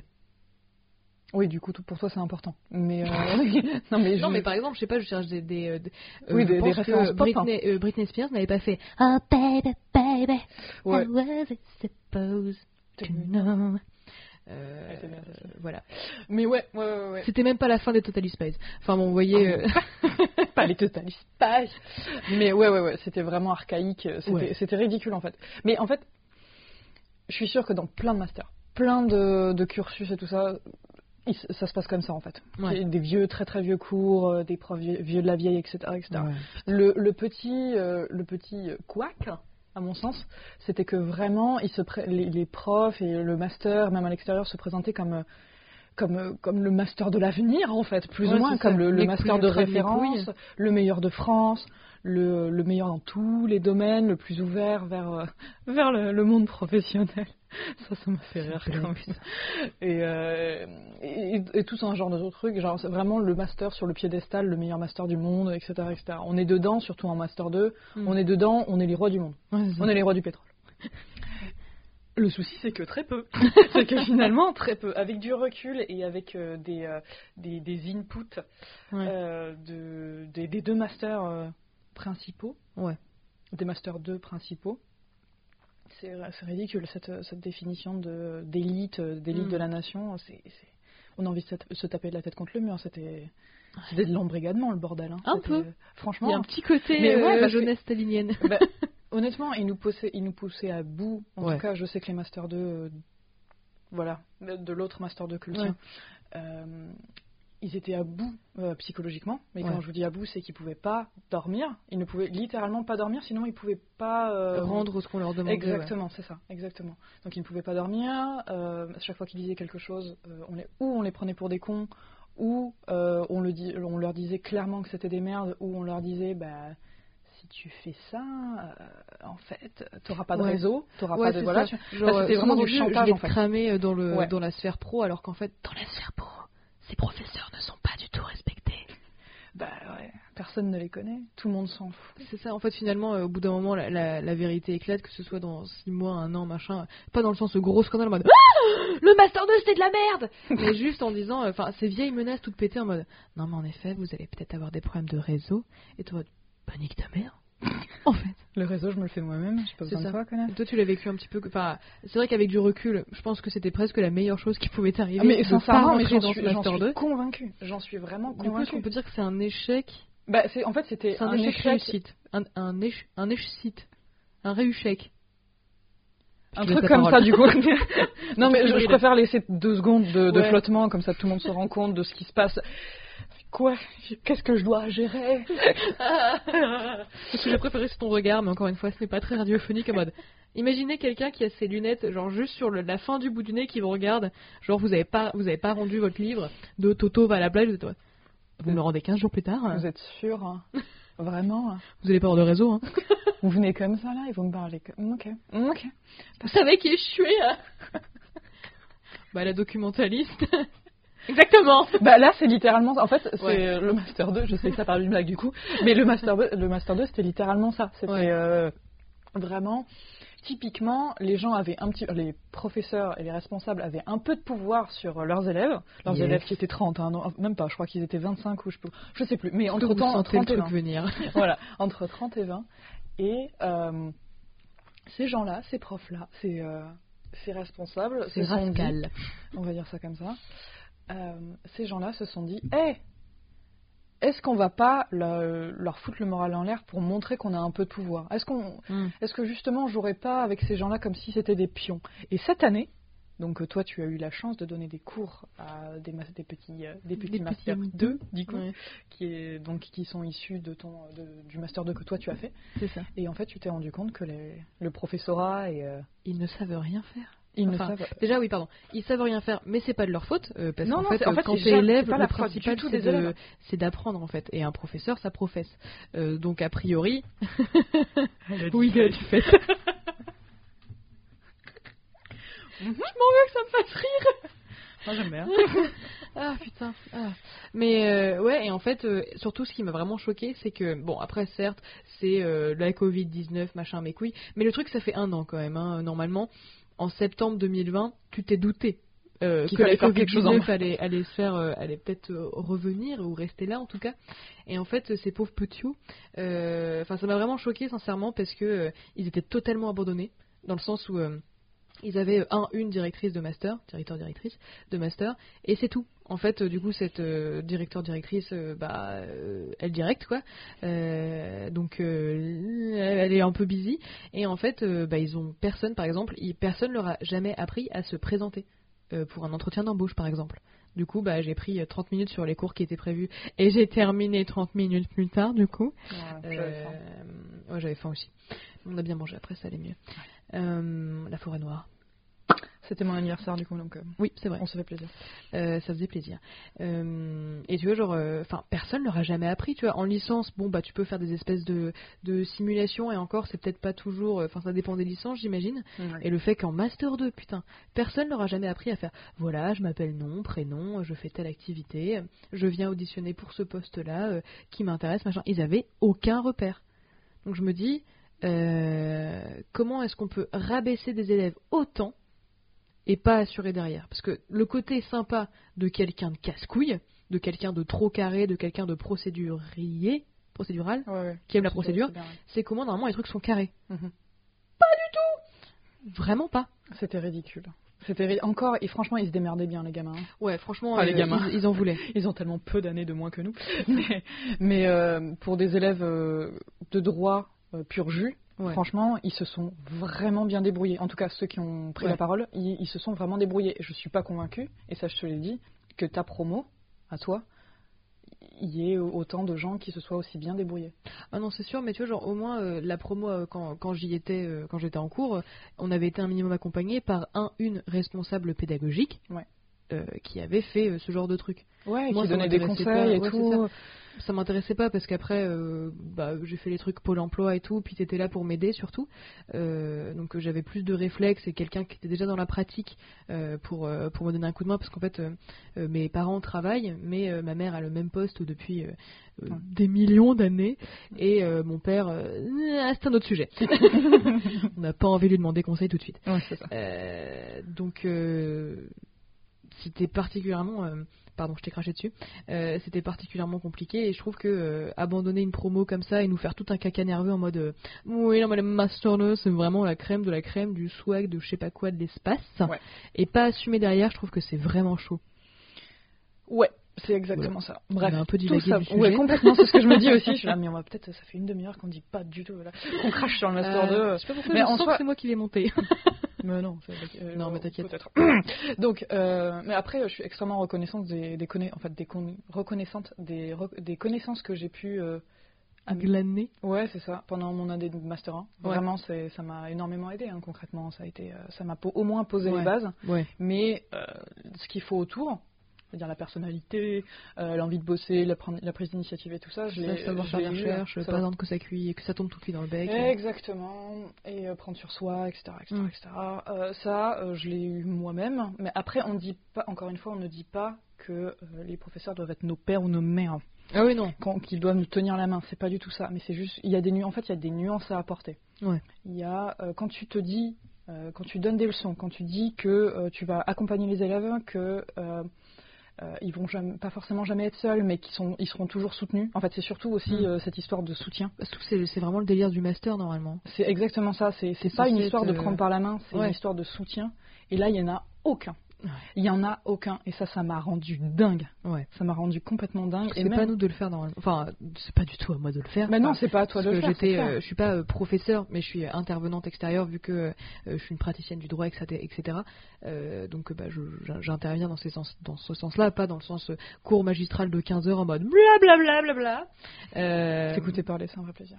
Oui, du coup, tout pour toi, c'est important. Mais euh, non, mais je... Non, mais par exemple, je sais pas, je cherche des, des, euh, des- Oui, je des- des pense références que pop, hein. Britney, euh, Britney Spears n'avait pas fait Oh baby, baby, Ouais. how was it supposed to know? Euh, Ouais, c'est bien, c'est bien. voilà. Mais ouais, ouais, ouais, ouais. C'était même pas la fin des Totally Spies. Enfin bon, vous voyez. euh, Pas les Total Spies. Mais ouais, ouais, ouais, c'était vraiment archaïque. C'était, Ouais. c'était ridicule en fait. Mais en fait, je suis sûre que dans plein de masters, plein de, de cursus et tout ça, il s- ça se passe comme ça en fait. Ouais. Des vieux, très très vieux cours, euh, des profs vieux, vieux de la vieille, et cetera, et cetera. Ouais. Le, le petit, euh, le petit couac, à mon sens, c'était que vraiment, ils se pré- les, les profs et le master, même à l'extérieur, se présentaient comme euh, comme euh, comme le master de l'avenir en fait, plus Ouais, ou moins, c'est comme ça. le, le Mec master plus de ultra de mes référence, couilles. le meilleur de France, le, le meilleur dans tous les domaines, le plus ouvert vers euh, vers le, le monde professionnel. Ça, ça m'a fait rire quand même. Et, euh, et, et tout un genre de trucs, genre c'est vraiment le master sur le piédestal, le meilleur master du monde, et cetera, et cetera. On est dedans, surtout en master deux, Mm. on est dedans, on est les rois du monde. Ouais, c'est ça. On est les rois du pétrole. Le souci, c'est que très peu. C'est que finalement, très peu. Avec du recul et avec euh, des, euh, des, des inputs Ouais. euh, de, des, des deux masters euh, principaux, Ouais. des masters deux principaux, c'est c'est ridicule cette, cette définition de- d'élite, euh, d'élite Mm. de la nation. C'est c'est- On a envie de se- se taper de la tête contre le mur. C'était c'était de l'embrigadement, le bordel. hein. Un C'était- peu. Franchement. Il y a un petit côté Mais ouais, euh, parce que- jeunesse stalinienne. Bah, honnêtement, ils nous poussaient, ils nous poussaient à bout. En Ouais. tout cas, je sais que les Master deux, euh, voilà, de de l'autre Master deux que le Ouais. tien, euh, ils étaient à bout euh, psychologiquement. Mais Ouais. quand je vous dis à bout, c'est qu'ils pouvaient pas dormir. Ils ne pouvaient littéralement pas dormir, sinon ils pouvaient pas euh, Rendre ce qu'on leur demandait. Exactement, c'est ça, exactement. Donc ils ne pouvaient pas dormir. Euh, à chaque fois qu'ils disaient quelque chose, euh, on les, ou on les prenait pour des cons, ou euh, on, le dit, on leur disait clairement que c'était des merdes, ou on leur disait, bah, si tu fais ça, euh, en fait, t'auras pas de Ouais. réseau, t'auras Ouais, pas de c'est voilà. ça. tu- Genre, Bah, c'était euh, vraiment du sous-entendu, chantage je vais en te fait. cramer euh, dans, le, Ouais. dans la sphère pro, alors qu'en fait, dans la sphère pro, ces professeurs ne sont pas du tout respectés. Bah ouais, personne ne les connaît, tout le monde s'en fout. C'est ça, en fait, finalement, euh, au bout d'un moment, la, la, la vérité éclate, que ce soit dans six mois, un an, machin, pas dans le sens de gros scandale en mode ah le Master deux c'était de la merde, mais juste en disant, enfin, euh, ces vieilles menaces toutes pétées en mode non, mais en effet, vous allez peut-être avoir des problèmes de réseau, et toi, panique ta mère. En fait, le réseau, je me le fais moi-même, j'ai pas besoin de toi, connasse. Toi, tu l'as vécu un petit peu. Enfin, c'est vrai qu'avec du recul, je pense que c'était presque la meilleure chose qui pouvait t'arriver. Ah, mais sincèrement, mais j'en dans suis, j'en suis convaincue. J'en suis vraiment convaincue. Du coup, est-ce qu'on peut dire que c'est un échec? Bah, c'est, en fait, c'était un, un échec, échec réussite, un un échec, un échec, un réussec. Un truc comme ça, du coup. Non, mais je, je préfère laisser deux secondes de, de ouais. flottement, comme ça tout le monde se rend compte de ce qui se passe. Quoi? Qu'est-ce que je dois gérer? Ce que j'ai préféré, c'est ton regard, mais encore une fois, ce n'est pas très radiophonique en mode. Imaginez quelqu'un qui a ses lunettes, genre juste sur le, la fin du bout du nez, qui vous regarde, genre vous avez pas, vous avez pas rendu votre livre de Toto va à la plage, vous, êtes, vous me le rendez quinze jours plus tard. Vous êtes sûr, hein? Vraiment hein? Vous allez pas avoir de réseau, hein? Vous venez comme ça là et vous me parlez comme. Ok, ok. Vous savez qui je suis, hein? Bah la documentaliste. Exactement. Bah là c'est littéralement en fait c'est ouais. le Master deux, je sais que ça parle d'une blague du coup, mais le Master deux, le Master deux c'était littéralement ça, c'était ouais. euh, vraiment typiquement les gens avaient un petit les professeurs et les responsables avaient un peu de pouvoir sur leurs élèves, leurs yes. élèves qui étaient trente hein, non, même pas, je crois qu'ils étaient vingt-cinq ou je peux je sais plus, mais entre temps trente et vingt. Venir. Voilà, entre trente et vingt et euh, ces gens-là, ces profs là, ces euh, ces responsables, c'est rascal. On va dire ça comme ça. Euh, ces gens-là se sont dit hey, est-ce qu'on va pas le, leur foutre le moral en l'air pour montrer qu'on a un peu de pouvoir? Est-ce qu'on, mm. est-ce que justement on jouerait pas avec ces gens-là comme si c'était des pions? Et cette année, donc toi tu as eu la chance de donner des cours à des, des petits, euh, des petits des Master petits deux, du coup, ouais. qui, est, donc, qui sont issus de ton, de, du Master deux que toi tu as fait. C'est ça. Et en fait tu t'es rendu compte que les, le professorat et... Euh, ils ne savent rien faire. Ils enfin, ne savent... Déjà oui pardon, ils savent rien faire, mais c'est pas de leur faute euh, parce non, qu'en non, fait, en fait quand t'es élève, le principal c'est, de, c'est d'apprendre en fait, et un professeur ça professe. Euh, donc a priori, oui là, tu fais. Je m'en veux que ça me fasse rire. Moi j'aime bien. Ah putain. Ah. Mais euh, ouais, et en fait, euh, surtout ce qui m'a vraiment choqué, c'est que, bon, après certes, c'est euh, la covid dix-neuf, machin, mes couilles, mais le truc ça fait un an quand même, hein, normalement. En septembre deux mille vingt, tu t'es douté euh, que la covid dix-neuf allait, allait se faire, euh, allait peut-être euh, revenir ou rester là en tout cas. Et en fait, ces pauvres petits, enfin, euh, ça m'a vraiment choqué sincèrement parce que euh, ils étaient totalement abandonnés dans le sens où euh, ils avaient un, une directrice de master, directeur directrice de master, et c'est tout. En fait, euh, du coup, cette euh, directeur directrice, euh, bah, euh, elle directe quoi. Euh, donc, euh, elle est un peu busy. Et en fait, euh, bah, ils ont personne, par exemple, ils, personne leur a jamais appris à se présenter euh, pour un entretien d'embauche, par exemple. Du coup, bah, j'ai pris trente minutes sur les cours qui étaient prévus et j'ai terminé trente minutes plus tard, du coup. Ouais, j'avais faim. Euh, ouais, j'avais faim aussi. On a bien mangé après, ça allait mieux. Ouais. Euh, la forêt noire. C'était mon anniversaire du coup, donc euh, oui, c'est vrai. On se fait plaisir. Euh, ça faisait plaisir. Euh, et tu vois, genre, enfin, euh, personne leur a jamais appris. Tu vois, en licence, bon, bah, tu peux faire des espèces de, de simulations et encore, c'est peut-être pas toujours. Enfin, ça dépend des licences, j'imagine. Ouais. Et le fait qu'en master deux, putain, personne leur a jamais appris à faire. Voilà, je m'appelle nom, prénom, je fais telle activité, je viens auditionner pour ce poste-là, euh, qui m'intéresse, machin. Ils avaient aucun repère. Donc je me dis, euh, comment est-ce qu'on peut rabaisser des élèves autant? Et pas assuré derrière. Parce que le côté sympa de quelqu'un de casse-couille, de quelqu'un de trop carré, de quelqu'un de procédurier, procédural, ouais, ouais. qui aime la procédure, c'est, c'est comment normalement les trucs sont carrés. Mm-hmm. Pas du tout. Vraiment pas. C'était ridicule. C'était ri- encore, et franchement, ils se démerdaient bien, les gamins. Ouais, franchement, enfin, euh, les gamins. Ils, ils en voulaient. Ils ont tellement peu d'années de moins que nous. mais mais euh, pour des élèves euh, de droit euh, pur jus, ouais. Franchement, ils se sont vraiment bien débrouillés. En tout cas, ceux qui ont pris ouais. la parole, ils, ils se sont vraiment débrouillés. Je suis pas convaincue, et ça je te l'ai dit, que ta promo, à toi, il y ait autant de gens qui se soient aussi bien débrouillés. Ah non, c'est sûr, mais tu vois, genre au moins euh, la promo euh, quand, quand j'y étais, euh, quand j'étais en cours, euh, on avait été un minimum accompagné par un, une responsable pédagogique. Ouais. euh, qui avait fait euh, ce genre de truc. Ouais, Moi, qui ça donnait des m'intéressait conseils pas. et Ouais, tout. c'est ça. Ça m'intéressait pas parce qu'après, euh, bah, j'ai fait les trucs Pôle emploi et tout, puis t'étais là pour m'aider surtout. Euh, donc euh, j'avais plus de réflexes et quelqu'un qui était déjà dans la pratique euh, pour, euh, pour me donner un coup de main parce qu'en fait, euh, euh, mes parents travaillent, mais euh, ma mère a le même poste depuis euh, euh, Ouais. des millions d'années et euh, mon père, euh, ah, c'est un autre sujet. On n'a pas envie de lui demander conseil tout de suite. Ouais, c'est ça. Euh, donc euh, c'était particulièrement euh, pardon je t'ai craché dessus euh, c'était particulièrement compliqué et je trouve que euh, abandonner une promo comme ça et nous faire tout un caca nerveux en mode euh, oui non mais le Master deux c'est vraiment la crème de la crème du swag de je sais pas quoi de l'espace Ouais. et pas assumer derrière, je trouve que c'est vraiment chaud. Ouais, c'est exactement ça. Bref, on a un peu tout divagué ça. du sujet. Ouais, complètement, c'est ce que je me dis aussi. Je suis là, mais on va peut-être, ça fait une demi-heure qu'on dit pas du tout, voilà. qu'on crache sur le Master Euh, deux. je sais pas pourquoi Mais je en sens soi- que c'est moi qui l'ai monté. Mais non, c'est- euh, Non, mais t'inquiète. peut-être. Donc, euh, mais après, je suis extrêmement reconnaissante des, des conna- en fait, des con- reconnaissante des, re- des connaissances que j'ai pu. Euh, am- Glané. ouais, c'est ça. Pendant mon année de master un, Ouais. vraiment, c'est, ça m'a énormément aidé. Hein, concrètement, ça a été, euh, ça m'a po- au moins posé Ouais. les bases. Ouais. Mais euh, ce qu'il faut autour, c'est-à-dire la personnalité, euh, l'envie de bosser, la, pren- la prise d'initiative et tout ça, je l'ai. Savoir je faire des l'ai eu, recherches, ça pas va. attendre que ça cuit et que ça tombe tout cuit dans le bec. Exactement, et euh, prendre sur soi, et cetera, et cetera, Mm. et cetera. Euh, ça, euh, je l'ai eu moi-même, mais après, on dit pas, encore une fois, on ne dit pas que euh, les professeurs doivent être nos pères ou nos mères, Ah oui non. quand- qu'ils doivent nous tenir la main. C'est pas du tout ça, mais c'est juste, il y a des nu- en fait, il y a des nuances à apporter. Ouais. Il y a euh, quand tu te dis, euh, quand tu donnes des leçons, quand tu dis que euh, tu vas accompagner les élèves, que euh, euh, ils vont jamais, pas forcément jamais être seuls, mais qu'ils sont, ils seront toujours soutenus. En fait, c'est surtout aussi Mm. euh, cette histoire de soutien. Surtout que c'est c'est vraiment le délire du master normalement. C'est exactement ça. C'est c'est C'est pas une censé histoire être, de prendre par la main, c'est ouais. une histoire de soutien. Et là, il y en a aucun. Ouais. Il y en a aucun. Et ça, ça m'a rendu dingue. Ouais. Ça m'a rendu complètement dingue. Et C'est même... pas nous de le faire normalement. Enfin, c'est pas du tout à moi de le faire. Mais non, Enfin, c'est pas à toi parce de le que faire. c'est j'étais, clair. euh, je suis pas euh, professeur, mais je suis intervenante extérieure vu que euh, je suis une praticienne du droit, et cetera et cetera. Euh, donc, euh, bah, je- j'in- j'interviens dans, ces sens, dans ce sens-là, pas dans le sens euh, cours magistral de quinze heures en mode blablabla. Bla, bla, bla. Euh, T'écouter parler, c'est un vrai plaisir.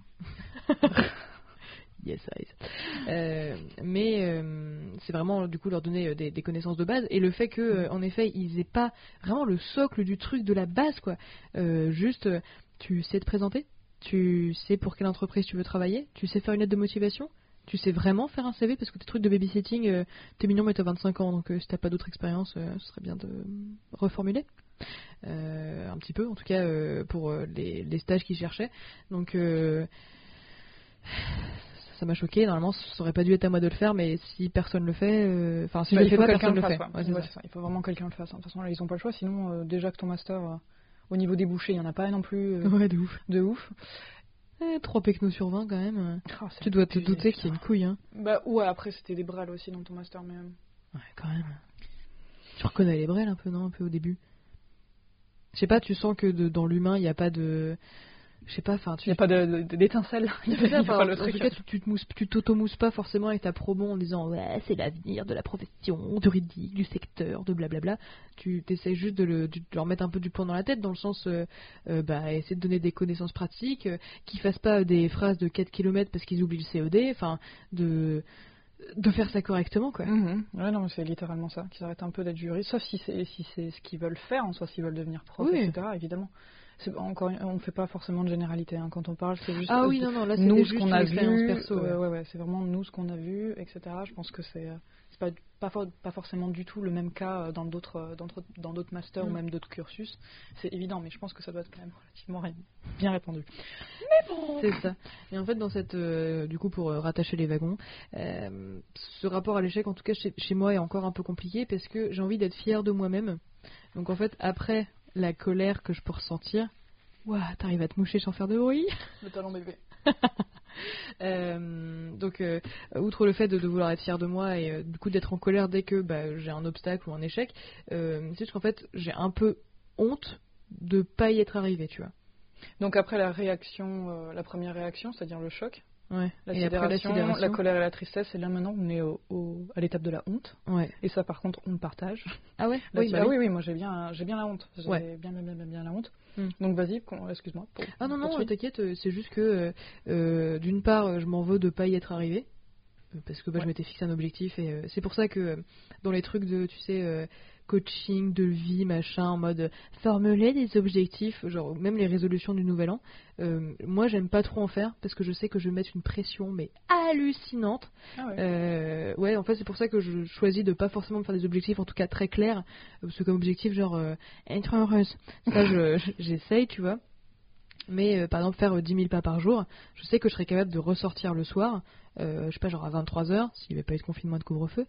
Yes, eyes. Euh, mais euh, c'est vraiment du coup leur donner euh, des, des connaissances de base et le fait que euh, en effet ils aient pas vraiment le socle du truc de la base quoi. Euh, juste euh, tu sais te présenter, tu sais pour quelle entreprise tu veux travailler, tu sais faire une lettre de motivation, tu sais vraiment faire un C V parce que tes trucs de babysitting euh, t'es mignon mais t'as vingt-cinq ans donc euh, si t'as pas d'autre expérience euh, ce serait bien de reformuler. Euh, un petit peu en tout cas euh, pour euh, les, les stages qu'ils cherchaient donc euh, ça m'a choqué. Normalement, ça aurait pas dû être à moi de le faire, mais si personne le fait, euh, enfin, si Bah, je il le fais faut pas, quelqu'un personne le le fait. fasse. ouais. Ouais, c'est Ouais, ça. c'est ça. Il faut vraiment quelqu'un le fasse. De toute façon, là, ils ont pas le choix. Sinon, euh, déjà que ton master, euh, au niveau des bouchées, il y en a pas non plus euh, Ouais, de ouf. de ouf. Eh, trois pecnos sur vingt quand même. Oh, c'est Tu dois te abusé, douter qu'il y a putain. une couille, hein. Bah ouais, après c'était des brels aussi dans ton master, mais. euh, Ouais, quand même. Tu reconnais les brels un peu, non, un peu au début. Je sais pas, tu sens que de- dans l'humain, il n'y a pas de, je sais pas, enfin, tu. Il n'y a pas de- de- d'étincelle. Il y a C'est ça, pas enfin, le en truc. tout cas, tu, tu te mousses, tu t'auto-mousses pas forcément avec ta promo en disant ouais, c'est l'avenir de la profession, juridique, du secteur, de blablabla. Tu essaies juste de, le, de leur mettre un peu du plomb dans la tête, dans le sens, euh, euh, bah, essayer de donner des connaissances pratiques, euh, qu'ils fassent pas des phrases de quatre kilomètres parce qu'ils oublient le C E D, enfin, de, de faire ça correctement, quoi. Mhm. Ouais, non, mais c'est littéralement ça, qu'ils arrêtent un peu d'être juriste, sauf si c'est si c'est ce qu'ils veulent faire, en soi, s'ils veulent devenir prof, Oui. et cetera. Évidemment. C'est encore, on ne fait pas forcément de généralité hein. Quand on parle, c'est juste Ah euh, oui, de- non, non, là, c'était nous ce juste qu'on une a expérience vu. perso, ouais. euh, ouais, ouais, c'est vraiment nous ce qu'on a vu, et cetera. Je pense que c'est euh, c'est pas pas, for- pas forcément du tout le même cas euh, dans d'autres euh, dans d'autres- dans d'autres masters Mm. ou même d'autres cursus. C'est évident, mais je pense que ça doit être quand même relativement ré- bien répandu. C'est ça. Et en fait, dans cette, euh, du coup, pour euh, rattacher les wagons, euh, ce rapport à l'échec, en tout cas chez, chez moi, est encore un peu compliqué parce que j'ai envie d'être fière de moi-même. Donc en fait, après la colère que je peux ressentir, waouh, t'arrives à te moucher sans faire de bruit. Le talon bébé. Euh, donc, euh, outre le fait de, de vouloir être fière de moi et euh, du coup d'être en colère dès que bah, j'ai un obstacle ou un échec, euh, c'est juste qu'en fait, j'ai un peu honte de pas y être arrivé, tu vois. Donc après la réaction, euh, la première réaction, c'est-à-dire le choc, Ouais. la et après la sidération, sidération. la colère et la tristesse, et là maintenant on est au, au- à l'étape de la honte. Ouais. Et ça par contre on le partage. Ah ouais. Là, Oui, tu- bah ah oui. oui, oui, moi j'ai bien, j'ai bien la honte. J'ai Ouais. bien, bien, bien, bien, bien la honte. Hmm. Donc vas-y, con- excuse-moi. pour- Ah non, non, poursuis. t'inquiète, euh, c'est juste que euh, euh, d'une part, euh, je m'en veux de pas y être arrivé. parce que bah, Ouais. je m'étais fixé un objectif et euh, c'est pour ça que euh, dans les trucs de, tu sais, euh, coaching, de vie, machin, en mode euh, formuler des objectifs, genre même les résolutions du nouvel an, euh, moi j'aime pas trop en faire parce que je sais que je vais mettre une pression mais hallucinante. Ah ouais. Euh, ouais, en fait c'est pour ça que je choisis de pas forcément me faire des objectifs en tout cas très clairs, parce que comme objectif genre euh, être heureuse, ça je, j'essaye, tu vois. Mais euh, par exemple faire euh, dix mille pas par jour, je sais que je serais capable de ressortir le soir, euh, je sais pas, genre à vingt-trois heures, s'il n'y avait pas eu de confinement et de couvre-feu,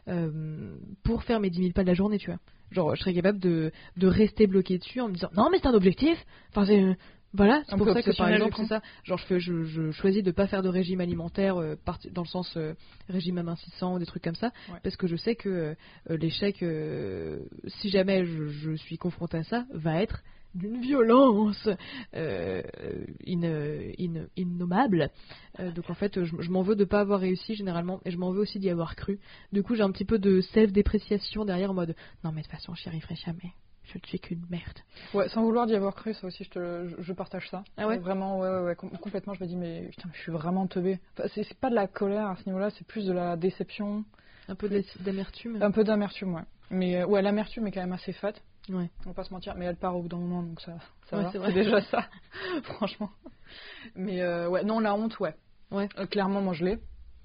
euh, pour faire mes dix mille pas de la journée, tu vois. Genre je serais capable de, de rester bloqué dessus en me disant non mais c'est un objectif, enfin c'est... euh, Voilà, c'est Un pour peu ça que par obsessionnel, exemple du c'est ça, genre je, fais, je, je choisis de pas faire de régime alimentaire euh, parti- dans le sens euh, régime amincissant ou des trucs comme ça, Ouais. parce que je sais que euh, l'échec, euh, si jamais je, je suis confrontée à ça, va être d'une violence euh, in, in- innommable. Euh, donc en fait, je, je m'en veux de pas avoir réussi généralement, et je m'en veux aussi d'y avoir cru. Du coup, j'ai un petit peu de self-dépréciation derrière en mode non mais de toute façon, j'y arriverai jamais. Je ne suis qu'une merde. Ouais, sans vouloir d'y avoir cru, ça aussi, je, te, je, je partage ça. Ah ouais Euh, Vraiment, ouais, ouais, ouais, com- complètement, je me dis, mais putain, je suis vraiment teubée. Enfin, c'est, c'est pas de la colère à ce niveau-là, c'est plus de la déception, Un peu d'as- d'amertume. un peu d'amertume, ouais. Mais euh, ouais, l'amertume est quand même assez fat, Ouais. on va pas se mentir, mais elle part au bout d'un moment, donc ça, ça Ouais, va, c'est c'est, vrai. déjà ça, franchement. Mais euh, ouais, non, la honte, ouais. Ouais. Euh, clairement, moi, je l'ai.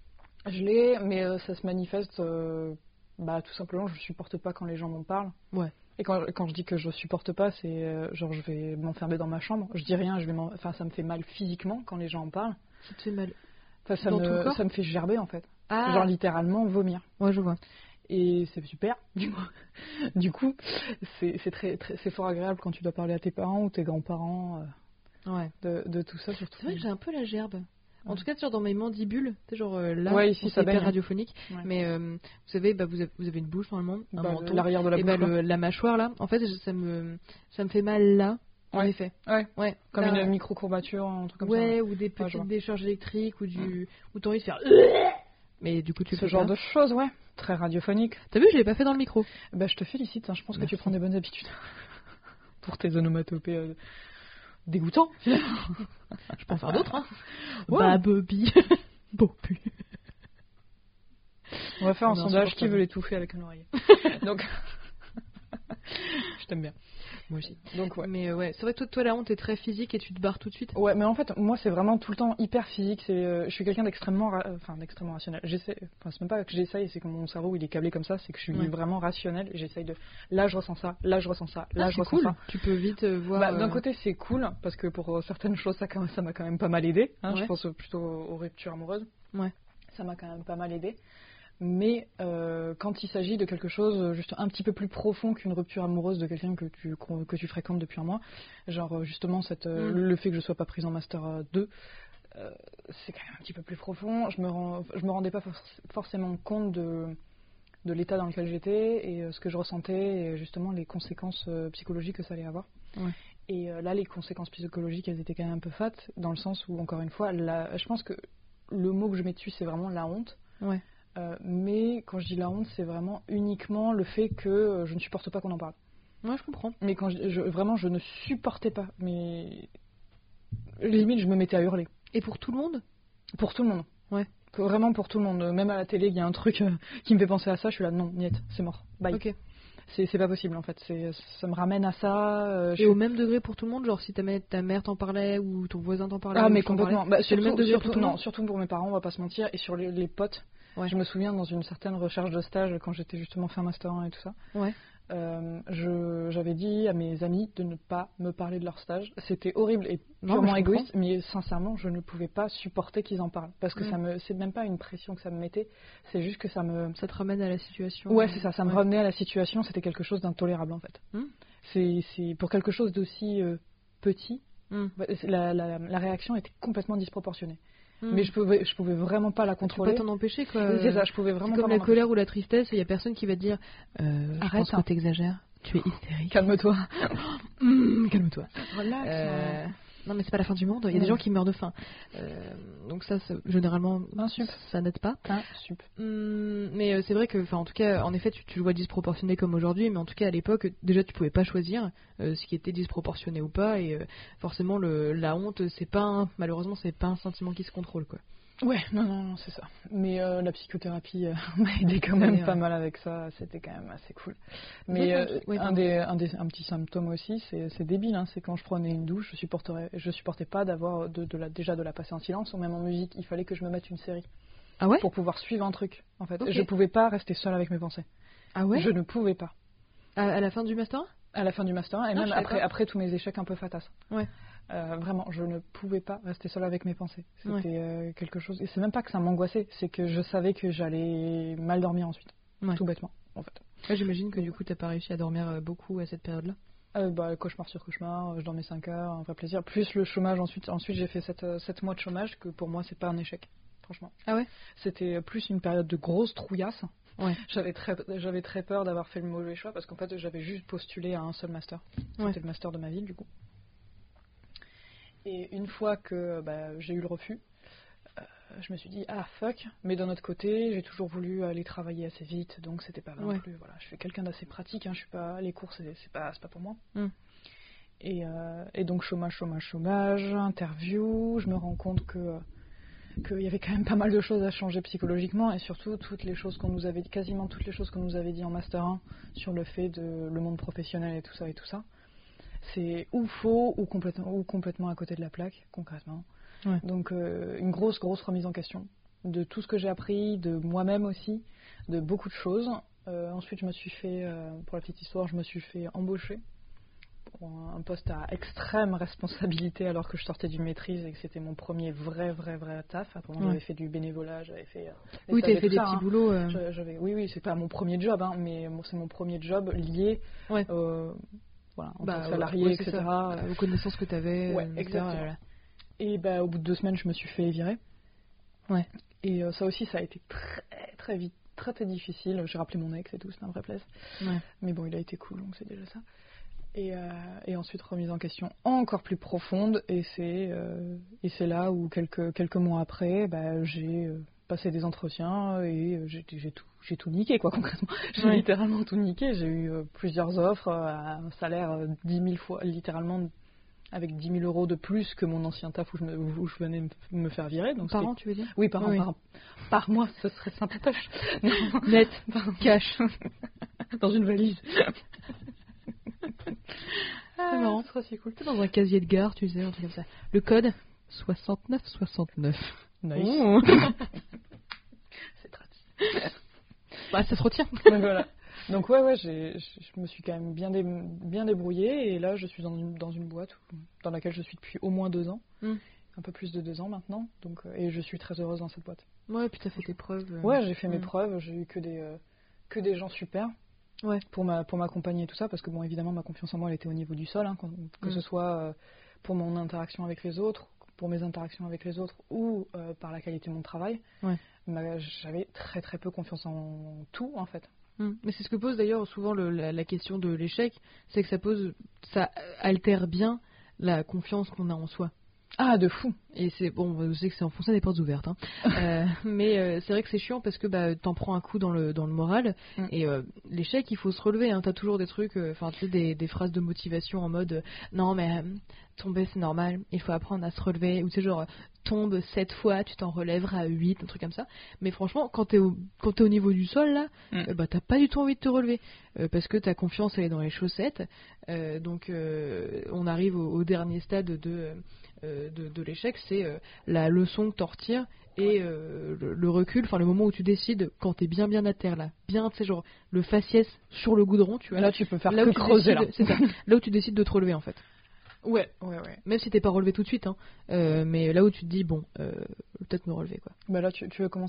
Je l'ai, mais euh, ça se manifeste, euh, bah, tout simplement, je supporte pas quand les gens m'en parlent. Ouais. Et quand, quand je dis que je supporte pas, c'est euh, genre je vais m'enfermer dans ma chambre. Je dis rien, je vais m'en... enfin ça me fait mal physiquement quand les gens en parlent. Ça te fait mal. Enfin ça Dans tout le me corps ça me fait gerber en fait. Ah. Genre littéralement vomir. Ouais, je vois. Et c'est super. Du coup, du coup c'est, c'est très, très c'est fort agréable quand tu dois parler à tes parents ou tes grands-parents euh, Ouais. de, de tout ça surtout. C'est vrai que j'ai un peu la gerbe. En Ouais. tout cas, genre dans mes mandibules, tu sais, genre euh, là, Ouais, ici, bon, ça c'est hyper baigne. radiophonique, Ouais. mais euh, vous savez, bah, vous, avez, vous avez une bouche normalement, un Bah, menton, l'arrière de la et bouche. bah, quoi. le- la mâchoire là, en fait, je- ça me, ça me fait mal là, en Ouais. effet. Ouais. Ouais. Comme Là, une micro-courbature, un truc comme ouais, ou des je petites vois. décharges électriques, ou du, ou t'as envie de faire. Mais du coup, tu ça. le Ce fais genre pas. de choses, ouais. Très radiophonique. T'as vu, je l'ai pas fait dans le micro. Bah je te félicite, hein. Je pense Merci. que tu prends des bonnes habitudes. Pour tes onomatopées euh, dégoûtants. Je peux en faire d'autres, hein. Ouais. Bah, Bobby. Bobby. On va faire un On est sondage qui insupportable. veut l'étouffer avec un oreiller. Donc, je t'aime bien. Moi aussi. Donc ouais. Mais euh, ouais, c'est vrai que toi, toi, la honte est très physique et tu te barres tout de suite. Ouais, mais en fait, moi, c'est vraiment tout le temps hyper physique. C'est, euh, je suis quelqu'un d'extrêmement, ra- enfin, d'extrêmement rationnel. J'essaie, enfin, c'est même pas que j'essaye, c'est que mon cerveau il est câblé comme ça. C'est que je suis Ouais. vraiment rationnel. Et j'essaye de, là, je ressens ça, là, je ressens ça, là, Ah, je c'est ressens cool. ça. Tu peux vite euh, voir. Bah, d'un euh, côté, c'est cool parce que pour euh, certaines choses, ça, quand même- ça m'a quand même pas mal aidé. Hein, Ouais. Je pense plutôt aux ruptures amoureuses. Ouais. Ça m'a quand même pas mal aidé. Mais euh, quand il s'agit de quelque chose juste un petit peu plus profond qu'une rupture amoureuse de quelqu'un que tu, qu'on- que tu fréquentes depuis un mois, genre euh, justement cette, euh, Mm. le fait que je sois pas prise en Master euh, deux, euh, c'est quand même un petit peu plus profond. Je me, rends, je me rendais pas for- forcément compte de, de l'état dans lequel j'étais et euh, ce que je ressentais et justement les conséquences euh, psychologiques que ça allait avoir. Ouais. Et euh, là, les conséquences psychologiques, elles étaient quand même un peu fat, dans le sens où, encore une fois, la, je pense que le mot que je mets dessus, c'est vraiment la honte. Ouais. Euh, mais quand je dis la honte, c'est vraiment uniquement le fait que euh, je ne supporte pas qu'on en parle. Ouais, je comprends. Mais quand je, je- vraiment, je ne supportais pas. Mais limite, je me mettais à hurler. Et pour tout le monde? Pour tout le monde. Ouais. Que Vraiment pour tout le monde. Même à la télé, il y a un truc euh, qui me fait penser à ça. Je suis là, non, niet, c'est mort. Bye. Ok. C'est, c'est pas possible en fait. C'est, ça me ramène à ça. euh, je Et suis- au même degré pour tout le monde, genre si ta mère, ta mère t'en parlait ou ton voisin t'en parlait? Ah ou mais je t'en complètement. parlais, Bah, c'est le surtout, même degré surtout- pour tout le non, monde? surtout pour mes parents, on va pas se mentir. Et sur les, les potes, Ouais. je me souviens dans une certaine recherche de stage quand j'étais justement fin master un et tout ça. Ouais. Euh, je, j'avais dit à mes amis de ne pas me parler de leur stage. C'était horrible et Non, purement mais je égoïste, mais sincèrement, je ne pouvais pas supporter qu'ils en parlent parce que Mm. ça me, c'est même pas une pression que ça me mettait, c'est juste que ça me, Ça te ramène à la situation. ouais, c'est ça, ça me Ouais. revenait à la situation. C'était quelque chose d'intolérable en fait. Mm. C'est, c'est pour quelque chose d'aussi euh, petit, Mm. bah, c'est- la, la, la réaction était complètement disproportionnée. Mm. Mais je pouvais, je pouvais vraiment pas la Tu peux contrôler. pas t'en empêcher quoi. C'est ça, je pouvais C'est vraiment comme pas la m'en colère ou la tristesse, il y a personne qui va te dire euh, je Arrête, pense hein. que t'exagères, tu es hystérique. Calme-toi. Mm, calme-toi. Relax. Euh, Non, mais c'est pas la fin du monde. Il y a Non. des gens qui meurent de faim. Euh, donc ça, c'est- généralement, Un sup. ça n'aide pas. Un sup. Hum, mais euh, c'est vrai que, enfin, en tout cas, en effet, tu, tu le vois disproportionné comme aujourd'hui, mais en tout cas, à l'époque, déjà, tu pouvais pas choisir euh, ce qui était disproportionné ou pas, et euh, forcément, le, la honte, c'est pas, un- malheureusement, c'est pas un sentiment qui se contrôle, quoi. Ouais, non, non, non, c'est ça. Mais euh, la psychothérapie euh, m'a aidé quand même Ouais, pas ouais. mal avec ça, c'était quand même assez cool. Mais Oui, euh, oui, un, pardon. des, un, des, un petit symptôme aussi, c'est, c'est débile, hein, c'est quand je prenais une douche, je supporterais, je supportais pas d'avoir de, de la, déjà de la passer en silence ou même en musique, il fallait que je me mette une série Ah ouais pour pouvoir suivre un truc, en fait. Ok. Je pouvais pas rester seule avec mes pensées. Ah ouais Je ne pouvais pas. à, à la fin du master À la fin du master, et Non, même je savais après, pas. après tous mes échecs un peu fatas. Ouais. Euh, vraiment, je ne pouvais pas rester seule avec mes pensées. C'était Ouais. euh, quelque chose. Et c'est même pas que ça m'angoissait, c'est que je savais que j'allais mal dormir ensuite. Ouais. Tout bêtement, en fait. Ouais, j'imagine que du coup, t'as pas réussi à dormir euh, beaucoup à cette période-là. Euh, bah, cauchemar sur cauchemar, euh, je dormais cinq heures, un vrai plaisir. Plus le chômage ensuite. Ensuite, j'ai fait sept mois de chômage, que pour moi, c'est pas un échec, franchement. Ah ouais C'était plus une période de grosse trouillasse. Ouais. J'avais très, j'avais très peur d'avoir fait le mauvais choix parce qu'en fait, j'avais juste postulé à un seul master. C'était Ouais. le master de ma ville, du coup. Et une fois que bah, j'ai eu le refus, euh, je me suis dit ah fuck, mais d'un autre côté, j'ai toujours voulu aller travailler assez vite, donc c'était pas non Ouais. plus. Voilà, je suis quelqu'un d'assez pratique, hein, je suis pas les cours, c'est, c'est pas, c'est pas pour moi. Mm. Et, euh, et donc chômage, chômage, chômage, interview, je me rends compte que qu'il y avait quand même pas mal de choses à changer psychologiquement et surtout toutes les choses qu'on nous avait quasiment toutes les choses qu'on nous avait dit en master un sur le fait de le monde professionnel et tout ça et tout ça. C'est ou faux ou complètement, ou complètement à côté de la plaque, concrètement. Ouais. Donc euh, une grosse, grosse remise en question de tout ce que j'ai appris, de moi-même aussi, de beaucoup de choses. Euh, ensuite, je me suis fait, euh, pour la petite histoire, je me suis fait embaucher pour un, un poste à extrême responsabilité alors que je sortais d'une maîtrise et que c'était mon premier vrai, vrai, vrai taf. Avant, Ouais. j'avais fait du bénévolat, j'avais fait... Euh, les Oui, stages t'avais et fait tout des ça, petits hein. boulots. euh, Je- j'avais, oui, oui, c'est pas mon premier job, hein, mais bon, c'est mon premier job lié Ouais. euh, voilà, en Bah, tant que salarié, ouais, c'est et cetera. ça. Aux connaissances que t'avais. Ouais, euh, et cetera, exactement. voilà. Et bah, au bout de deux semaines, je me suis fait virer. Ouais. Et euh, ça aussi, ça a été très, très vite, très, très difficile. J'ai rappelé mon ex et tout, c'était un vrai plaisir. Ouais. Mais bon, il a été cool, donc c'est déjà ça. Et, euh, et ensuite, remise en question encore plus profonde. Et c'est, euh, et c'est là où, quelques, quelques mois après, bah, j'ai euh, passé des entretiens et euh, j'ai, j'ai, tout, j'ai tout niqué, quoi, concrètement. J'ai Ouais. littéralement tout niqué. J'ai eu euh, plusieurs offres euh, à un salaire euh, dix mille fois, littéralement, avec dix mille euros de plus que mon ancien taf où je, me, où je venais me- me faire virer. Donc Par c'était- an, tu veux dire Oui, par an, Oui, par, par mois, ce serait sympatoche. Non, Net, par- cash. dans une valise. C'est marrant. Ce serait si cool. C'est dans un casier de gare, tu sais, un truc comme ça. Le code soixante-neuf soixante-neuf. Nice. Oh. C'est traduit. Bah, ça se retient. Donc voilà. Donc ouais, ouais, j'ai, je me suis quand même bien, dé, bien débrouillée et là je suis dans une, dans une boîte où- dans laquelle je suis depuis au moins deux ans, Mm. un peu plus de deux ans maintenant, donc euh, et je suis très heureuse dans cette boîte. Ouais, puis t'as fait tes preuves. euh. Ouais, j'ai fait mes Mm. preuves, j'ai eu que des, euh, que des gens super Ouais. pour, ma, pour m'accompagner et tout ça, parce que bon, évidemment, ma confiance en moi, elle était au niveau du sol, hein, quand- que Mm. ce soit euh, pour mon interaction avec les autres, pour mes interactions avec les autres ou euh, par la qualité de mon travail. Ouais. Ma- j'avais très très peu confiance en tout, en fait. Mm. Mais c'est ce que pose d'ailleurs souvent le- la, la question de l'échec, c'est que ça pose, ça altère bien la confiance qu'on a en soi. Ah, de fou. Et c'est bon, je sais que c'est enfoncer des portes ouvertes, hein. Euh, mais euh, c'est vrai que c'est chiant parce que bah t'en prends un coup dans le dans le moral Mm. et euh, l'échec il faut se relever. Hein. T'as toujours des trucs, enfin tu sais des, des phrases de motivation en mode euh, non mais euh, tomber c'est normal, il faut apprendre à se relever ou tu sais genre euh, tombe sept fois, tu t'en relèveras à huit, un truc comme ça. Mais franchement quand t'es au quand t'es au niveau du sol là, Mm. euh, bah t'as pas du tout envie de te relever euh, parce que ta confiance elle est dans les chaussettes. Euh, donc euh, on arrive au, au dernier stade de euh, de, de l'échec, c'est euh, la leçon que t'en retires et euh, le, le recul, enfin le moment où tu décides quand t'es bien bien à terre là, bien tu sais genre le faciès sur le goudron, tu vois. Là, tu peux faire là que où tu creuser, décides- c'est ça, là où tu décides de te relever en fait. là. Ouais, ouais, ouais. Même si t'es pas relevé tout de suite, hein, euh, mais là où tu te dis bon, euh, peut-être me relever quoi. Bah là, tu, tu veux commencer?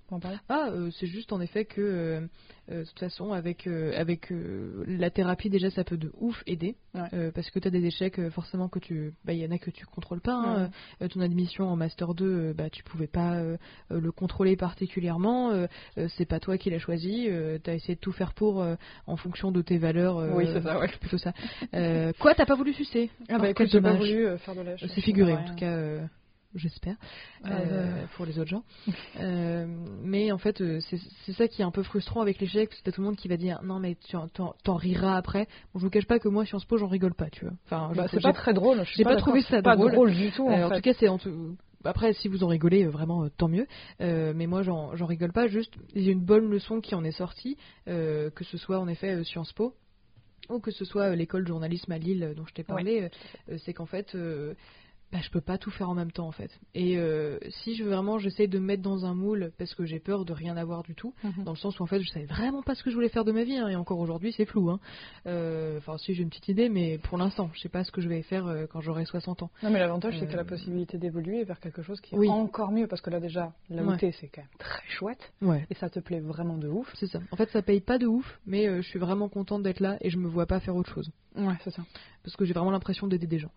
pour en parler? Ah, euh, c'est juste en effet que, euh, euh, de toute façon, avec, euh, avec euh, la thérapie, déjà, ça peut de ouf aider. Ouais. Euh, parce que tu as des échecs, euh, forcément, que tu. Bah, il y en a que tu contrôles pas. Hein. Ouais. Euh, ton admission en Master deux, euh, bah, tu pouvais pas euh, euh, le contrôler particulièrement. Euh, euh, c'est pas toi qui l'as choisi. Euh, tu as essayé de tout faire pour, euh, en fonction de tes valeurs. Euh, Oui, c'est ça, ouais. Plutôt ça. Euh, quoi, t'as pas voulu sucer? Ah, bah, Oh, écoute, quel j'ai pas dommage. voulu euh, faire de lèche. C'est figuré, Ouais. en tout cas. Euh, J'espère, Ah, euh, euh. pour les autres gens. euh, mais en fait, euh, c'est, c'est ça qui est un peu frustrant avec l'échec, parce que t'as tout le monde qui va dire non mais tu en- t'en, t'en riras après. Bon, je vous cache pas que moi, Sciences Po, j'en rigole pas, tu vois. Enfin, Bah, je- c'est j'ai pas très drôle. Je suis j'ai pas d'accord, trouvé c'est ça pas drôle. drôle du tout. Euh, en, en fait. tout cas, c'est en tout- après, si vous en rigolez, euh, vraiment, euh, tant mieux. Euh, mais moi, j'en, j'en rigole pas. Juste, il y a une bonne leçon qui en est sortie, euh, que ce soit en effet euh, Sciences Po, ou que ce soit euh, l'école de journalisme à Lille euh, dont je t'ai parlé. Ouais. euh, c'est qu'en fait. Euh, bah, je peux pas tout faire en même temps en fait. Et euh, si je veux vraiment, j'essaie de me mettre dans un moule parce que j'ai peur de rien avoir du tout, Mhm. dans le sens où en fait je savais vraiment pas ce que je voulais faire de ma vie, hein, et encore aujourd'hui c'est flou. Hein. Euh, Enfin si j'ai une petite idée, mais pour l'instant je sais pas ce que je vais faire euh, quand j'aurai soixante ans. Non, mais l'avantage, c'est que tu as Euh, la possibilité d'évoluer vers quelque chose qui est oui. encore mieux, parce que là, déjà, là où Ouais. t'es, c'est quand même très chouette, Ouais. et ça te plaît vraiment de ouf. C'est ça. En fait ça paye pas de ouf, mais euh, je suis vraiment contente d'être là et je me vois pas faire autre chose. Ouais, c'est ça. Parce que j'ai vraiment l'impression d'aider des gens.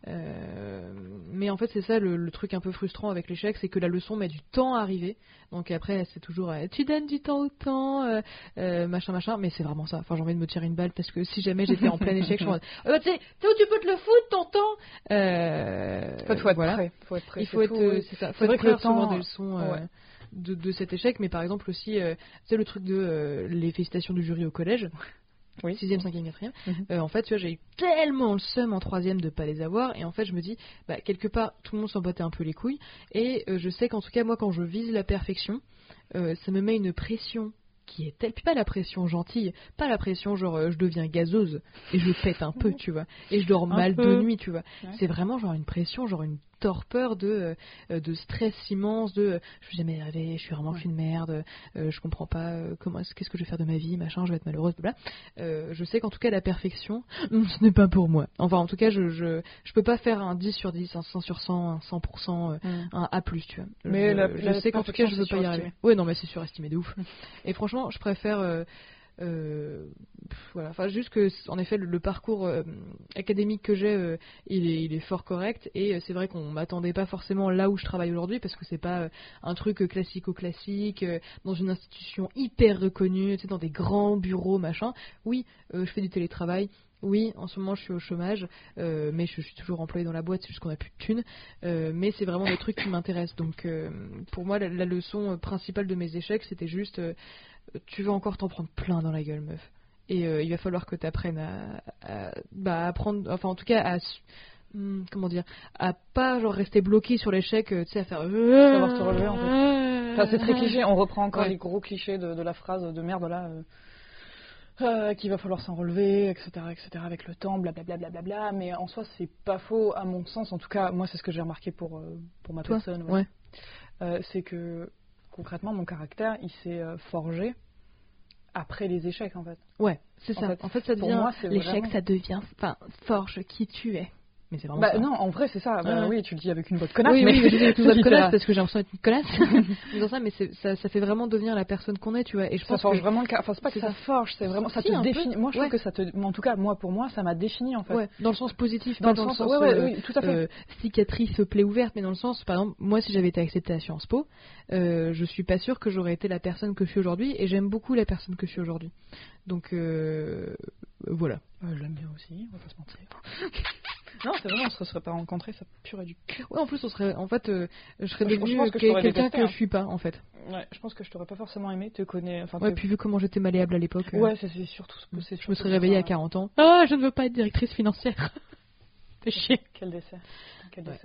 Euh, mais en fait, c'est ça le, le truc un peu frustrant avec l'échec, c'est que la leçon met du temps à arriver. Donc après, c'est toujours euh, tu donnes du temps au temps, euh, euh, machin, machin. Mais c'est vraiment ça. Enfin, j'ai envie de me tirer une balle parce que si jamais j'étais en plein échec, je suis en mode, euh, tu sais, tu sais où tu peux te le foutre ton temps. Euh, En fait, faut être voilà. prêt. Faut être prêt. Il faut c'est être, tout, euh, oui. c'est ça. C'est Faut vrai être que le prêt à recevoir temps, des leçons. Euh, ouais. de, de cet échec, mais par exemple aussi, euh, c'est le truc de euh, les félicitations du jury au collège. Oui. Sixième, cinquième, quatrième. Mhm. Euh, en fait, tu vois, j'ai eu tellement le seum en troisième de pas les avoir, et en fait, je me dis, bah, quelque part, tout le monde s'en battait un peu les couilles, et euh, je sais qu'en tout cas, moi, quand je vise la perfection, euh, ça me met une pression qui est telle, puis pas la pression gentille, pas la pression genre euh, je deviens gazeuse et je pète un peu, tu vois, et je dors Un mal peu. de nuit, tu vois. Ouais. C'est vraiment genre une pression, genre une torpeur de euh, de stress immense, de euh, je suis jamais arrivée, je suis vraiment Ouais. qu'une merde, euh, je comprends pas euh, comment est-ce- qu'est-ce que je vais faire de ma vie, machin, je vais être malheureuse, bla. Euh, je sais qu'en tout cas la perfection, hum, ce n'est pas pour moi. Enfin, en tout cas, je je je peux pas faire un dix sur dix, un cent sur cent, un cent pour cent, euh, Mhm. un A plus, tu vois. Mais je, la- je la sais qu'en tout cas, je veux perfection, pas y c'est arriver. surestimé. Ouais, non, mais c'est surestimé de ouf. Et franchement, je préfère. euh, euh, pff, voilà, enfin juste que en effet le, le parcours euh, académique que j'ai, euh, il, est, il est fort correct, et euh, c'est vrai qu'on m'attendait pas forcément là où je travaille aujourd'hui, parce que c'est pas euh, un truc euh, classico-classique euh, dans une institution hyper reconnue, tu sais, dans des grands bureaux machin. Oui, euh, je fais du télétravail. Oui, en ce moment je suis au chômage, euh, mais je, je suis toujours employée dans la boîte, c'est juste qu'on a plus de thunes. Euh, mais c'est vraiment des trucs qui m'intéressent. Donc euh, pour moi, la, la leçon principale de mes échecs, c'était juste euh, tu vas encore t'en prendre plein dans la gueule, meuf. Et euh, il va falloir que tu apprennes à, à bah, à prendre, enfin en tout cas à su- hum, comment dire, à pas genre rester bloqué sur l'échec, euh, tu sais, à faire Savoir se relever, en fait. Enfin, c'est très cliché. On reprend encore Ouais. les gros clichés de, de la phrase de merde là. Euh... euh, qu'il va falloir s'en relever, et cetera, et cetera, avec le temps, blablabla, blablabla. Mais en soi, c'est pas faux, à mon sens. En tout cas, moi, c'est ce que j'ai remarqué pour, euh, pour ma Toi, personne. ouais. Euh, c'est que, concrètement, mon caractère, il s'est euh, forgé après les échecs, en fait. Ouais, c'est En ça. fait, en fait, ça pour devient moi, c'est l'échec, vraiment- ça devient, enfin, forge qui tu es. Mais c'est vraiment Bah ça. non, en vrai, c'est ça. Bah, Ouais. oui, tu le dis avec une voix de connasse. Oui, mais oui, mais je dis avec une voix de c'est connasse littéral. parce que j'ai l'impression d'être une connasse. En disant ça, mais c'est- ça, ça fait vraiment devenir la personne qu'on est, tu vois. Et je Ça pense forge que vraiment le caractère. Enfin, c'est pas que c'est ça, ça. forge, c'est vraiment. Ça Si, te un peu. définit. Moi, je Ouais. trouve que ça te. En tout cas, moi, pour moi, ça m'a défini, en fait. ouais, dans le sens positif, Dans pas le dans sens. le sens ouais, ouais, euh, oui, tout à fait. euh, cicatrice, plaie ouverte, mais dans le sens, par exemple, moi, si j'avais été acceptée à Sciences Po, euh, je suis pas sûre que j'aurais été la personne que je suis aujourd'hui, et j'aime beaucoup la personne que je suis aujourd'hui. Donc euh, voilà. Euh, je l'aime bien aussi, on va pas se mentir. Non, c'est vrai, on se serait pas rencontrés, ça purait du cul. Ouais, en plus, on serait, en fait, euh, je serais Je- je devenue pense que je quel- t'aurais quelqu'un détesté, que hein. je suis pas, en fait. Ouais, je pense que je t'aurais pas forcément aimé, te connais. Enfin, Ouais, te- puis vu comment j'étais malléable à l'époque, euh, ouais, c'est c'est surtout. c'est je me surtout serais ça, réveillée à ouais. quarante ans. Ah, je ne veux pas être directrice financière. Fais chier. Quel décès. Quel Ouais. décès.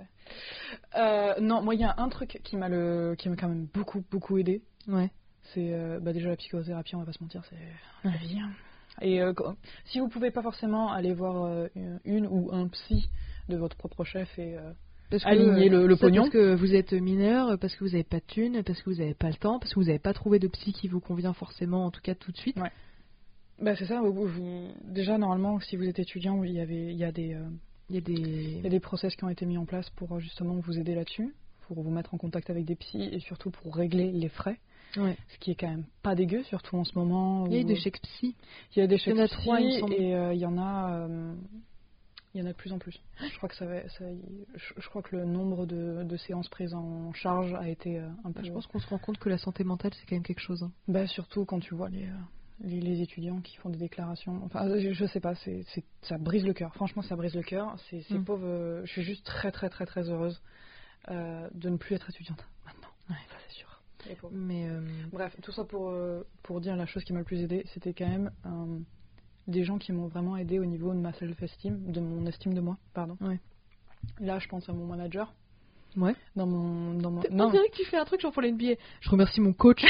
Euh, non, moi, il y a un truc qui m'a le, qui m'a quand même beaucoup, beaucoup aidé. Ouais. C'est euh, bah déjà la psychothérapie, on va pas se mentir, c'est la vie. hein. Et euh, quand- si vous pouvez pas forcément aller voir euh, une ou un psy de votre propre chef et euh, Parce que, aligner le, le ça, pognon, Parce que vous êtes mineur, parce que vous n'avez pas de thunes, parce que vous n'avez pas le temps, parce que vous n'avez pas trouvé de psy qui vous convient forcément, en tout cas tout de suite. Ouais. bah c'est ça. Vous, vous- déjà normalement, si vous êtes étudiant, il y avait, il y a des, euh, Il y a il y a des... des process qui ont été mis en place pour euh, justement vous aider là-dessus, pour vous mettre en contact avec des psys et surtout pour régler les frais. Ouais. Ce qui est quand même pas dégueu, surtout en ce moment. Il y a eu où- des chèques psy. Il y a des Il y chèques en a psy trois, il me semble. et euh, il y en a, euh, il y en a de plus en plus. Je crois que ça, va, ça je, je crois que le nombre de, de séances prises en charge a été euh, un peu. Je pense qu'on se rend compte que la santé mentale, c'est quand même quelque chose. Hein. Bah surtout quand tu vois les, euh, les, les étudiants qui font des déclarations. Enfin, je, je sais pas, c'est, c'est, ça brise le cœur. Franchement, ça brise le cœur. C'est, ces Mm. pauvres. euh, je suis juste très très très très heureuse euh, de ne plus être étudiante maintenant. Ouais. Ça c'est sûr. Les pauvres. Mais euh, Bref, tout ça pour, euh, pour dire la chose qui m'a le plus aidé, c'était quand même euh, des gens qui m'ont vraiment aidé au niveau de ma self-esteem, de mon estime de moi, pardon. Ouais. Là, je pense à mon manager. ouais. Dans mon, dans mon... On Non, dirait que tu fais un truc genre pour l'N B A. Je remercie mon coach.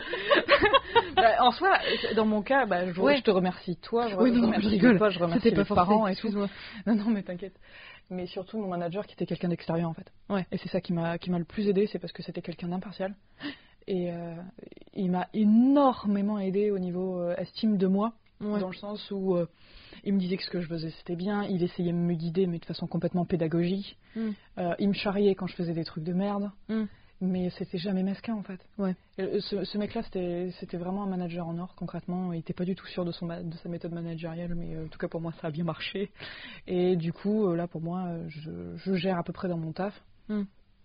bah, en soi, dans mon cas, bah, je, Ouais. je te remercie toi, je, Oui, je non, remercie je rigole. toi, je remercie C'était pas les forcé, parents et tout. excuse-moi. Non, non, mais t'inquiète. Mais surtout mon manager qui était quelqu'un d'extérieur en fait. Ouais. Et c'est ça qui m'a, qui m'a le plus aidé, c'est parce que c'était quelqu'un d'impartial. Et euh, il m'a énormément aidé au niveau euh, estime de moi. Ouais. Dans le sens où euh, il me disait que ce que je faisais c'était bien, il essayait de me guider mais de façon complètement pédagogique. Mm. Euh, il me charriait quand je faisais des trucs de merde, Mm. mais c'était jamais mesquin en fait. Ouais. Et ce, ce mec-là c'était, c'était vraiment un manager en or concrètement, il était pas du tout sûr de, son, ma- de sa méthode managériale, mais euh, en tout cas pour moi ça a bien marché. Et du coup euh, là pour moi euh, je, je gère à peu près dans mon taf. Mm.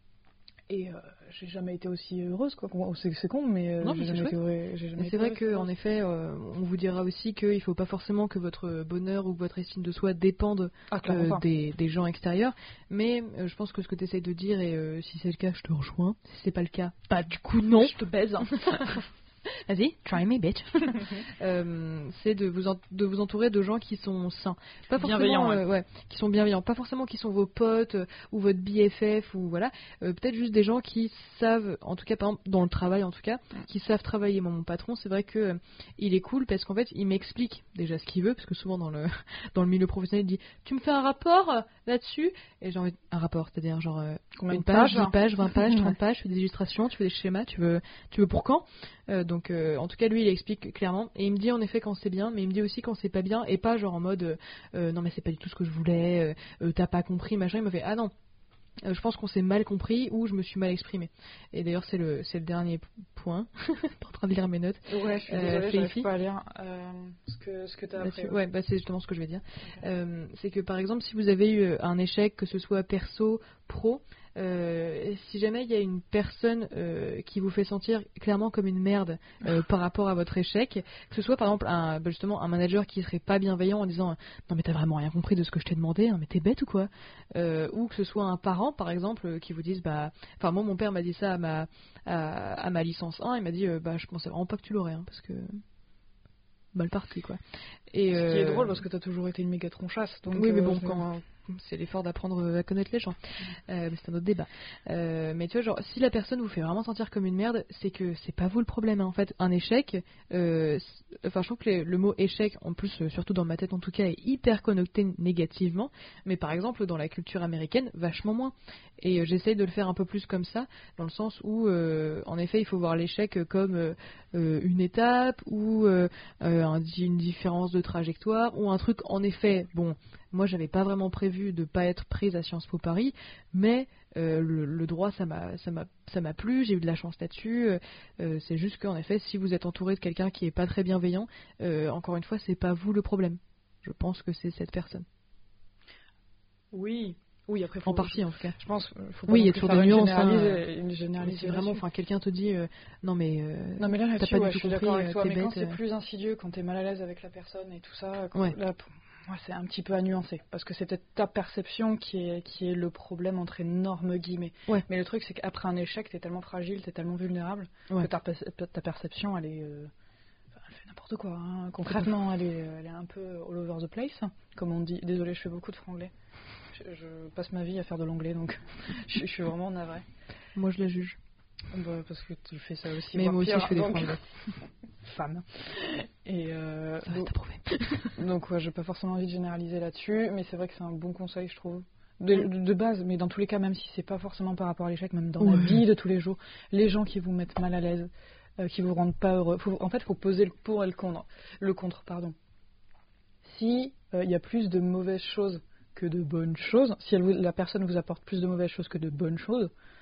Et euh, j'ai jamais été aussi heureuse quoi. Bon, c'est, c'est con mais, euh, Non, mais j'ai, c'est jamais été heureux- j'ai jamais Mais été c'est vrai heureuse, que, en effet, euh, on vous dira aussi qu'il ne faut pas forcément que votre bonheur ou votre estime de soi dépende Ah, clairement euh, pas. des, des gens extérieurs. Mais euh, je pense que ce que tu essayes de dire, et euh, si c'est le cas, je te rejoins. Si c'est pas le cas, bah du coup, non. Je te baise. Vas-y, try me, bitch. Euh, c'est de vous, en- de vous entourer de gens qui sont sains. Pas forcément, Bienveillants, ouais. euh, ouais, qui sont bienveillants. Pas forcément qui sont vos potes euh, ou votre B F F ou voilà. Euh, peut-être juste des gens qui savent, en tout cas, par exemple, dans le travail en tout cas, qui savent travailler. Moi, mon patron, c'est vrai que euh, il est cool parce qu'en fait, il m'explique déjà ce qu'il veut, parce que souvent dans le dans le milieu professionnel, il dit, tu me fais un rapport euh, là-dessus, et j'ai envie de- un rapport, c'est-à-dire genre euh, Combien une de page, pages dix pages, vingt pages, Ouais. trente pages, tu fais des illustrations, tu fais des schémas, tu veux, tu veux pour quand Euh, donc euh, en tout cas lui il explique clairement et il me dit en effet quand c'est bien, mais il me dit aussi quand c'est pas bien, et pas genre en mode euh, euh, non mais c'est pas du tout ce que je voulais, euh, euh, t'as pas compris machin. Il me fait ah non, euh, je pense qu'on s'est mal compris ou je me suis mal exprimé. Et d'ailleurs c'est le c'est le dernier p- point. T'es en train de lire mes notes. Ouais, je suis Euh, désolée, c'est j'arrive ici. pas à lire euh, ce que, ce que t'as Là-dessus. appris. Ouais, bah, c'est justement ce que je vais dire. Euh, c'est que par exemple, si vous avez eu euh, un échec, que ce soit perso, pro, euh, si jamais il y a une personne euh, qui vous fait sentir clairement comme une merde euh, par rapport à votre échec, que ce soit par exemple un, bah, justement un manager qui serait pas bienveillant en disant non mais t'as vraiment rien compris de ce que je t'ai demandé, hein, mais t'es bête ou quoi, euh, ou que ce soit un parent par exemple euh, qui vous dise bah, enfin moi mon père m'a dit ça à ma à, à ma licence un, il m'a dit euh, bah je pensais vraiment pas que tu l'aurais, hein, parce que mal parti quoi. Et Ce qui est euh, drôle parce que t'as toujours été une méga tronchasse. Donc, oui, mais euh, bon, c'est- quand c'est l'effort d'apprendre à connaître les gens. Euh, mais c'est un autre débat. Euh, mais tu vois, genre, si la personne vous fait vraiment sentir comme une merde, c'est que c'est pas vous le problème, hein. En fait, un échec, euh, c'est- enfin, je trouve que les- le mot échec, en plus, euh, surtout dans ma tête en tout cas, est hyper connoté négativement. Mais par exemple, dans la culture américaine, vachement moins. Et euh, j'essaye de le faire un peu plus comme ça, dans le sens où, euh, en effet, il faut voir l'échec comme euh, euh, une étape ou euh, euh, un- une différence de trajectoire ou un truc, en effet, bon. Moi, j'avais pas vraiment prévu de pas être prise à Sciences Po Paris, mais euh, le, le droit, ça m'a, ça m'a, ça m'a plu. J'ai eu de la chance là-dessus. Euh, euh, c'est juste qu'en effet, si vous êtes entouré de quelqu'un qui est pas très bienveillant, euh, encore une fois, c'est pas vous le problème. Je pense que c'est cette personne. Oui, oui, après, faut, En partie, en tout cas. Je pense euh, faut pas Oui, il y non a plus toujours faire des une nuances, hein. généralise- une Mais généralisation si vraiment, enfin, quelqu'un te dit, euh, non mais, euh, Non, mais là, t'as là-dessus, pas ouais, du je tout suis compris, d'accord avec euh, toi. t'es Mais quand bête, c'est euh. plus insidieux, quand t'es mal à l'aise avec la personne et tout ça, quand- Ouais. là, pour moi, c'est un petit peu à nuancer. Parce que c'est peut-être ta perception qui est, qui est le problème entre énormes guillemets. Ouais. Mais le truc, c'est qu'après un échec, t'es tellement fragile, t'es tellement vulnérable, Ouais. que ta, perce- ta perception, elle est. euh, enfin, elle fait n'importe quoi. hein. Concrètement, elle est, elle est un peu all over the place, comme on dit. Désolé, je fais beaucoup de franglais. Je, je passe ma vie à faire de l'anglais, donc je, je suis vraiment navrée. Moi, je la juge. Bah, parce que tu fais ça aussi. Mais voire moi aussi, pire, je fais des donc- franglais. Femme. Et euh, Ça reste donc, à prouver. donc ouais, j'ai pas forcément envie de généraliser là-dessus, mais c'est vrai que c'est un bon conseil, je trouve. De, de- de base, mais dans tous les cas, même si c'est pas forcément par rapport à l'échec, même dans la Ouais. vie de tous les jours, les gens qui vous mettent mal à l'aise, euh, qui vous rendent pas heureux, faut- en fait, faut peser le pour et le contre. Le contre, pardon. Si il y a plus de mauvaises choses que de bonnes choses, si elle vous- la personne vous apporte plus de mauvaises choses que de bonnes choses,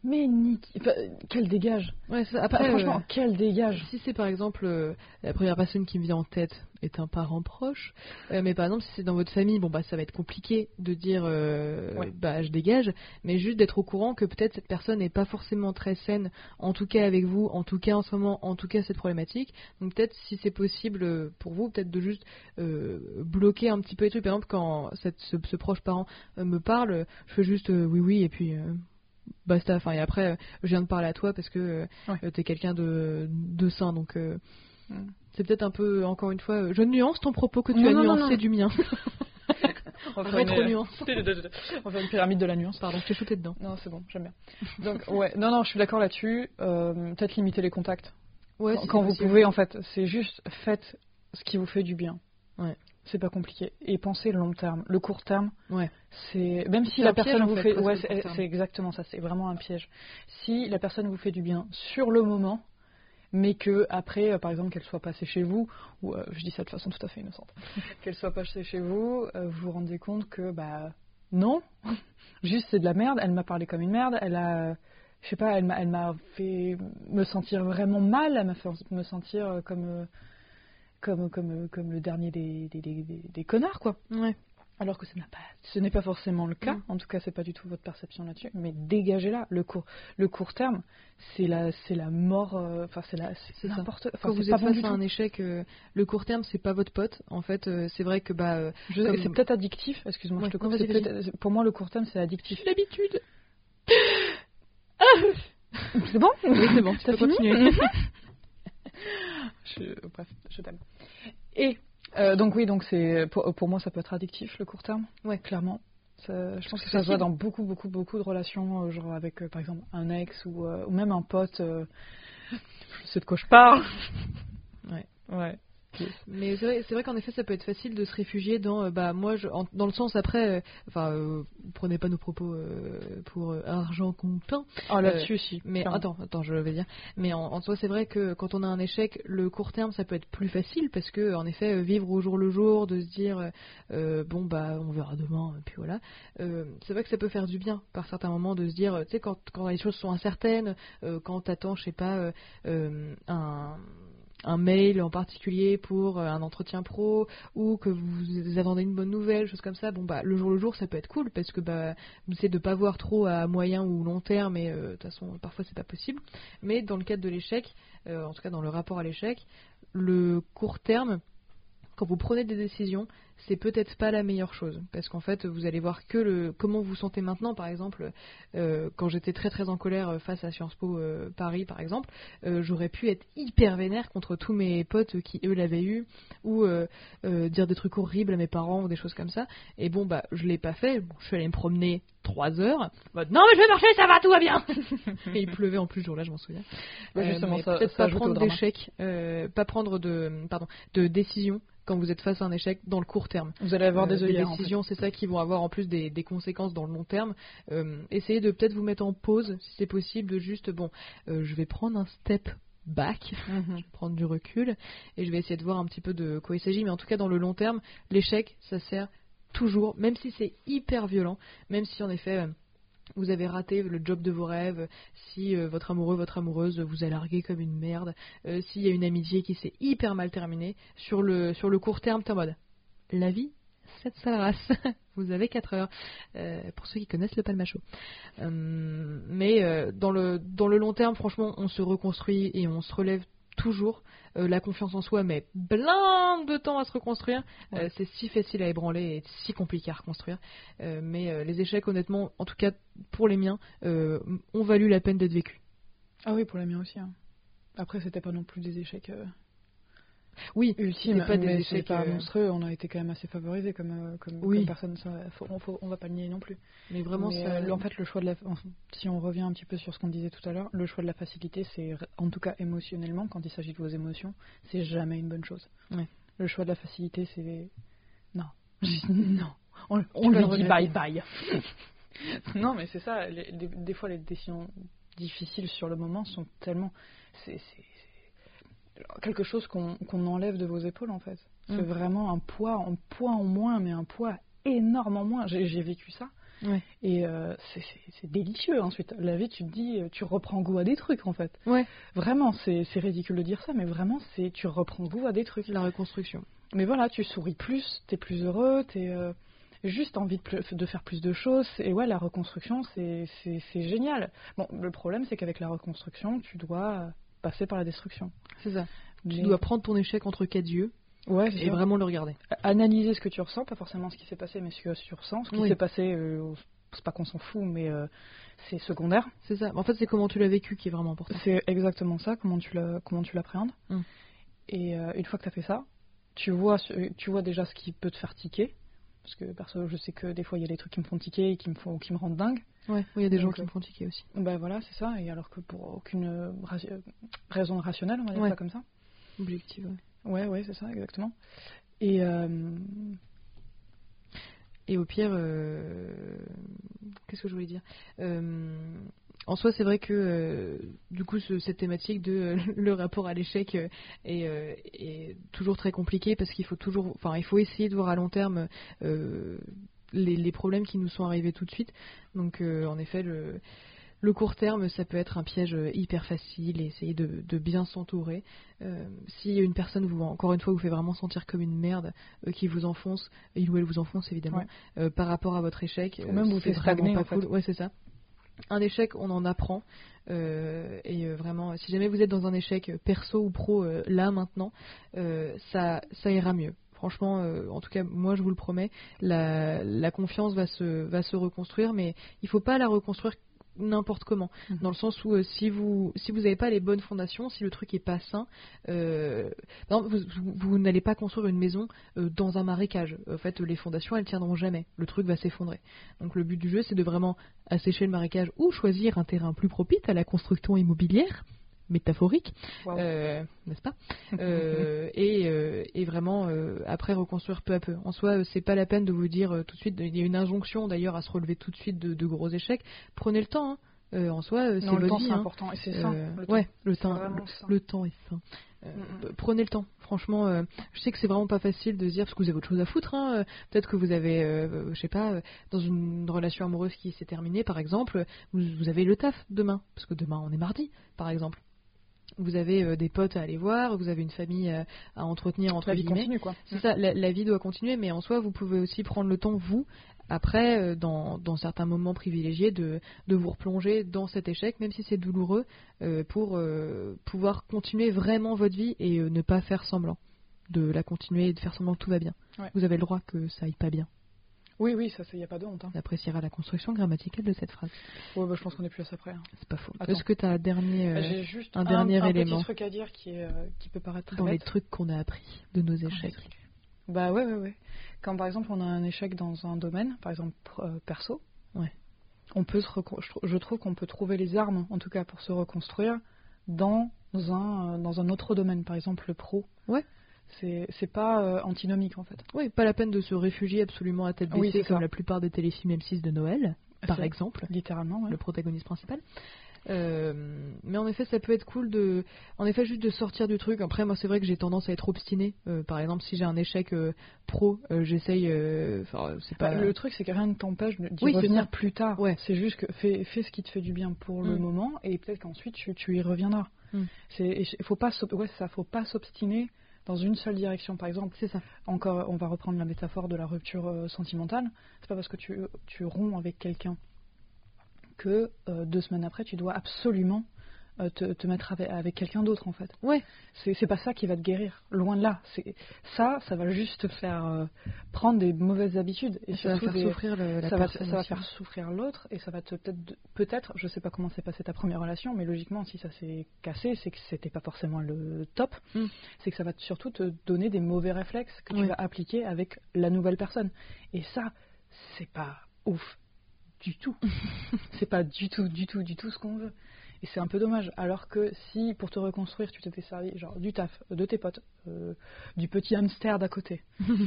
Mais Nick, enfin, quel dégage. Ouais, ça, après, Enfin, franchement, euh, quel dégage. si c'est par exemple euh, la première personne qui me vient en tête est un parent proche, euh, mais par exemple si c'est dans votre famille, bon bah ça va être compliqué de dire euh, Ouais. bah je dégage, mais juste d'être au courant que peut-être cette personne n'est pas forcément très saine, en tout cas avec vous, en tout cas en ce moment, en tout cas cette problématique. Donc peut-être si c'est possible euh, pour vous, peut-être de juste euh, bloquer un petit peu les trucs. Par exemple quand cette, ce, ce proche parent euh, me parle, je fais juste euh, oui oui et puis euh, basta. Enfin et après euh, je viens de parler à toi parce que euh, Ouais. euh, t'es quelqu'un de, de sain donc. Euh, Mm. C'est peut-être un peu, encore une fois, euh, je nuance ton propos que tu Non, as non, non, nuancé non. du mien. On va faire Rétro une- nuance. On va faire une pyramide de la nuance. Pardon, je t'ai shooté dedans. Non, c'est bon, j'aime bien. Donc, ouais, non, non, je suis d'accord là-dessus. Euh, peut-être limiter les contacts. Ouais, quand si quand c'est vous possible. pouvez, en fait, c'est juste faites ce qui vous fait du bien. Ouais. C'est pas compliqué. Et pensez long terme. Le court terme, Ouais. c'est même si C'est la un piège, personne en vous fait, fait, presque, ouais, le court c'est terme. c'est exactement ça. C'est vraiment un piège. Si la personne vous fait du bien sur le moment, mais que après, euh, par exemple, qu'elle soit passée chez vous, ou euh, je dis ça de façon tout à fait innocente, qu'elle soit passée chez vous, euh, vous vous rendez compte que bah non, juste c'est de la merde. Elle m'a parlé comme une merde. Elle a, euh, je sais pas, elle m'a, elle m'a fait me sentir vraiment mal. Elle m'a fait me sentir euh, comme, euh, comme, comme, euh, comme le dernier des, des, des, des- des connards quoi. Ouais. Alors que ce, n'a pas, ce n'est pas forcément le cas, Mm. en tout cas c'est pas du tout votre perception là-dessus, mais dégagez-la, le court, le court terme, c'est la, c'est la mort, euh, enfin c'est la, c'est C'est ça. n'importe, enfin Quand c'est vous pas êtes bon face du à tout. un échec, euh, le court terme, c'est pas votre pote. En fait, euh, c'est vrai que bah. euh, Je- comme- C'est peut-être addictif, excuse-moi, Ouais, je te non, coupe, vas-y, c'est peut-être- pour moi le court terme c'est addictif. l'habitude. C'est bon Oui, c'est bon, tu T'as peux fini continuer. je, Bref, je t'aime. Et euh, donc oui, donc c'est pour, pour moi ça peut être addictif le court terme, Ouais. clairement. Ça- je pense que C'est ça se voit facile. dans beaucoup, beaucoup, beaucoup de relations, euh, genre avec euh, par exemple un ex ou, euh, ou même un pote. Euh, je sais de quoi je parle. Ouais. Ouais. Mais c'est vrai, c'est vrai qu'en effet, ça peut être facile de se réfugier dans, euh, bah, moi, je, en- dans le sens après, euh, enfin, euh, prenez pas nos propos euh, pour euh, argent comptant. Oh là-dessus, si. Mais clairement. attends, attends, je vais dire. Mais en, en soi, c'est vrai que quand on a un échec, le court terme, ça peut être plus facile parce que, en effet, euh, vivre au jour le jour, de se dire, euh, bon bah, on verra demain, et puis voilà. Euh, c'est vrai que ça peut faire du bien par certains moments de se dire, tu sais, quand, quand les choses sont incertaines, euh, quand t'attends, je sais pas, euh, euh, un un mail en particulier pour euh, un entretien pro ou que vous attendez une bonne nouvelle, choses comme ça, bon bah le jour le jour ça peut être cool parce que bah vous essayez de pas voir trop à moyen ou long terme et euh, de toute façon parfois c'est pas possible. Mais dans le cadre de l'échec, euh, en tout cas dans le rapport à l'échec, le court terme, quand vous prenez des décisions, c'est peut-être pas la meilleure chose parce qu'en fait vous allez voir que le comment vous vous sentez maintenant. Par exemple, euh, quand j'étais très très en colère face à Sciences Po euh, Paris par exemple, euh, j'aurais pu être hyper vénère contre tous mes potes qui eux l'avaient eu ou euh, euh, dire des trucs horribles à mes parents ou des choses comme ça. Et bon bah je l'ai pas fait. Bon, je suis allée me promener trois heures. Bah, non mais je vais marcher, ça va, tout va bien. Et il pleuvait en plus ce jour-là, je m'en souviens. Ouais, justement, mais ça- peut-être ça pas ajoute au prendre drama. d'échec, euh, pas prendre de pardon de décision quand vous êtes face à un échec dans le court terme. Vous allez avoir Euh, des œillères. en fait. décisions, c'est ça qui vont avoir en plus des, des conséquences dans le long terme. Euh, essayez de peut-être vous mettre en pause, si c'est possible, de juste, bon, euh, je vais prendre un step back, Mhm. je vais prendre du recul, et je vais essayer de voir un petit peu de quoi il s'agit. Mais en tout cas, dans le long terme, l'échec, ça sert toujours, même si c'est hyper violent, même si en effet... euh, vous avez raté le job de vos rêves, si euh, votre amoureux, votre amoureuse vous a largué comme une merde, euh, s'il y a une amitié qui s'est hyper mal terminée, sur le, sur le court terme, t'es en mode la vie, cette sale race, vous avez quatre heures, euh, pour ceux qui connaissent le palmacho. Euh, mais euh, dans, le, dans le long terme, franchement, on se reconstruit et on se relève toujours. Euh, la confiance en soi met plein de temps à se reconstruire. Euh, Ouais. c'est si facile à ébranler et si compliqué à reconstruire. Euh, mais euh, les échecs, honnêtement, en tout cas pour les miens, euh, ont valu la peine d'être vécus. Ah oui, pour la mienne aussi. hein. Après, c'était pas non plus des échecs euh, Oui, ultimes, c'était pas des mais échecs, c'est pas euh, monstrueux. On a été quand même assez favorisés comme, euh, comme, Oui. comme personne. Ça, faut- on, faut- on va pas le nier non plus. mais vraiment, Mais, ça... euh, en fait, le choix de la, enfin, si on revient un petit peu sur ce qu'on disait tout à l'heure, le choix de la facilité, c'est en tout cas émotionnellement, quand il s'agit de vos émotions, c'est jamais une bonne chose. Ouais. Le choix de la facilité, c'est non, non, on, on Tu vas lui le dit regretter. bye bye. Non, mais c'est ça. les- les- des fois, les décisions difficiles sur le moment sont tellement, c'est c'est- c'est quelque chose qu'on qu'on enlève de vos épaules en fait. C'est Mm. vraiment un poids, un poids en moins, mais un poids énorme en moins. J'ai j'ai vécu ça. Ouais. Et euh, c'est, c'est, c'est délicieux ensuite. La vie, tu te dis, tu reprends goût à des trucs en fait. Ouais. Vraiment, c'est, c'est ridicule de dire ça, mais vraiment, c'est, tu reprends goût à des trucs. La reconstruction. Mais voilà, tu souris plus, t'es plus heureux, t'es euh, juste envie de, plus, de faire plus de choses. Et ouais, la reconstruction, c'est, c'est, c'est génial. Bon, le problème, c'est qu'avec la reconstruction, tu dois passer par la destruction. C'est ça. Mais... Tu dois prendre ton échec entre quatre yeux. Ouais, et vraiment le regarder. Analyser ce que tu ressens, pas forcément ce qui s'est passé, mais ce que tu ressens. Ce qui oui. s'est passé, euh, c'est pas qu'on s'en fout, mais euh, c'est secondaire. C'est ça. En fait, c'est comment tu l'as vécu qui est vraiment important. C'est exactement ça, comment tu, l'as, comment tu l'appréhendes. Mm. Et euh, une fois que tu as fait ça, tu vois, tu vois déjà ce qui peut te faire tiquer. Parce que perso, je sais que des fois, il y a des trucs qui me font tiquer et qui me, font, qui me rendent dingue. Ouais, il y a des Donc, gens qui me font tiquer aussi. Ben voilà, c'est ça. Et alors que pour aucune euh, ra- raison rationnelle, on va dire ouais. ça comme ça. Objective, ouais. Ouais, ouais, c'est ça, exactement. Et, euh... et au pire, euh... qu'est-ce que je voulais dire euh... En soi, c'est vrai que euh, du coup, ce, cette thématique de euh, le rapport à l'échec euh, est, euh, est toujours très compliquée parce qu'il faut toujours, enfin, il faut essayer de voir à long terme euh, les, les problèmes qui nous sont arrivés tout de suite. Donc, euh, en effet, le Le court terme, ça peut être un piège hyper facile et essayer de, de bien s'entourer. Euh, si une personne, vous, encore une fois, vous fait vraiment sentir comme une merde, euh, qui vous enfonce, il ou elle vous enfonce évidemment, ouais. euh, par rapport à votre échec, ou même euh, vous c'est fait vraiment stagner, pas en cool. fait. Ouais, c'est ça. Un échec, on en apprend. Euh, et euh, vraiment, si jamais vous êtes dans un échec perso ou pro, euh, là, maintenant, euh, ça, ça ira mieux. Franchement, euh, en tout cas, moi je vous le promets, la, la confiance va se, va se reconstruire, mais il ne faut pas la reconstruire n'importe comment, mmh. dans le sens où euh, si vous si vous n'avez pas les bonnes fondations, si le truc est pas sain, euh, non, vous, vous, vous n'allez pas construire une maison euh, dans un marécage. En fait, les fondations elles tiendront jamais. Le truc va s'effondrer. Donc le but du jeu, c'est de vraiment assécher le marécage ou choisir un terrain plus propice à la construction immobilière. Métaphorique, wow. euh, n'est-ce pas euh, et, euh, et vraiment euh, après reconstruire peu à peu. En soi, euh, c'est pas la peine de vous dire euh, tout de suite. Il y a une injonction d'ailleurs à se relever tout de suite de, de gros échecs. Prenez le temps. Hein. Euh, en soi, euh, c'est non, votre le temps, vie. C'est hein. important et c'est sain. Euh, le temps. Ouais, le c'est temps. Le, le temps est sain. Euh, mm-hmm. Prenez le temps. Franchement, euh, je sais que c'est vraiment pas facile de se dire parce que vous avez autre chose à foutre. Hein. Peut-être que vous avez, euh, je sais pas, dans une relation amoureuse qui s'est terminée, par exemple, vous, vous avez le taf demain parce que demain on est mardi, par exemple. Vous avez euh, des potes à aller voir, vous avez une famille euh, à entretenir entre la vie guillemets. Continue, quoi. C'est mmh. ça, la, la vie doit continuer, mais en soi, vous pouvez aussi prendre le temps, vous, après, euh, dans, dans certains moments privilégiés, de, de vous replonger dans cet échec, même si c'est douloureux, euh, pour euh, pouvoir continuer vraiment votre vie et euh, ne pas faire semblant de la continuer et de faire semblant que tout va bien. Ouais. Vous avez le droit que ça aille pas bien. Oui, oui, ça, il n'y a pas de honte. Hein. On appréciera la construction grammaticale de cette phrase. Ouais, bah, je pense qu'on est plus à ça près. Hein. C'est pas faux. Attends. Est-ce que tu as un dernier, euh, J'ai juste un, un dernier un élément petit truc à dire qui, est, euh, qui peut paraître très dans bête. les trucs qu'on a appris de nos échecs. Bah ouais, ouais, ouais. Quand par exemple on a un échec dans un domaine, par exemple euh, perso, ouais. on peut se recon- je trouve qu'on peut trouver les armes, en tout cas pour se reconstruire, dans un, euh, dans un autre domaine, par exemple le pro. Ouais. C'est, c'est pas euh, antinomique en fait. Oui, pas la peine de se réfugier absolument à tête baissée oui, comme ça. La plupart des téléfilms M six de Noël, par c'est exemple. Littéralement, ouais. Le protagoniste principal. Euh, mais en effet, ça peut être cool de, en effet, juste de sortir du truc. Après, moi, c'est vrai que j'ai tendance à être obstinée. Euh, par exemple, si j'ai un échec euh, pro, euh, j'essaye. Enfin, euh, c'est pas. Bah, le truc, c'est que rien ne t'empêche d'y oui, revenir plus tard. Ouais. C'est juste que fais, fais ce qui te fait du bien pour mm. le moment, et peut-être qu'ensuite tu, tu y reviendras. Mm. C'est, faut pas, ouais, ça, faut pas s'obstiner dans une seule direction, par exemple. C'est ça. Encore, on va reprendre la métaphore de la rupture euh, sentimentale. C'est pas parce que tu, tu romps avec quelqu'un que euh, deux semaines après, tu dois absolument euh, te, te mettre avec, avec quelqu'un d'autre, en fait. Ouais. C'est, c'est pas ça qui va te guérir. Loin de là. C'est, ça, ça va juste te faire euh, prendre des mauvaises habitudes. Et ça surtout va faire des, souffrir le, la ça va, personne. Ça va faire souffrir l'autre, et ça va te peut-être, peut-être, je sais pas comment s'est passée ta première relation, mais logiquement, si ça s'est cassé, c'est que c'était pas forcément le top. Mm. C'est que ça va surtout te donner des mauvais réflexes que oui. tu vas appliquer avec la nouvelle personne. Et ça, c'est pas ouf. Du tout. C'est pas du tout, du tout, du tout ce qu'on veut. Et c'est un peu dommage. Alors que si, pour te reconstruire, tu t'étais servi genre du taf, de tes potes, euh, du petit hamster d'à côté.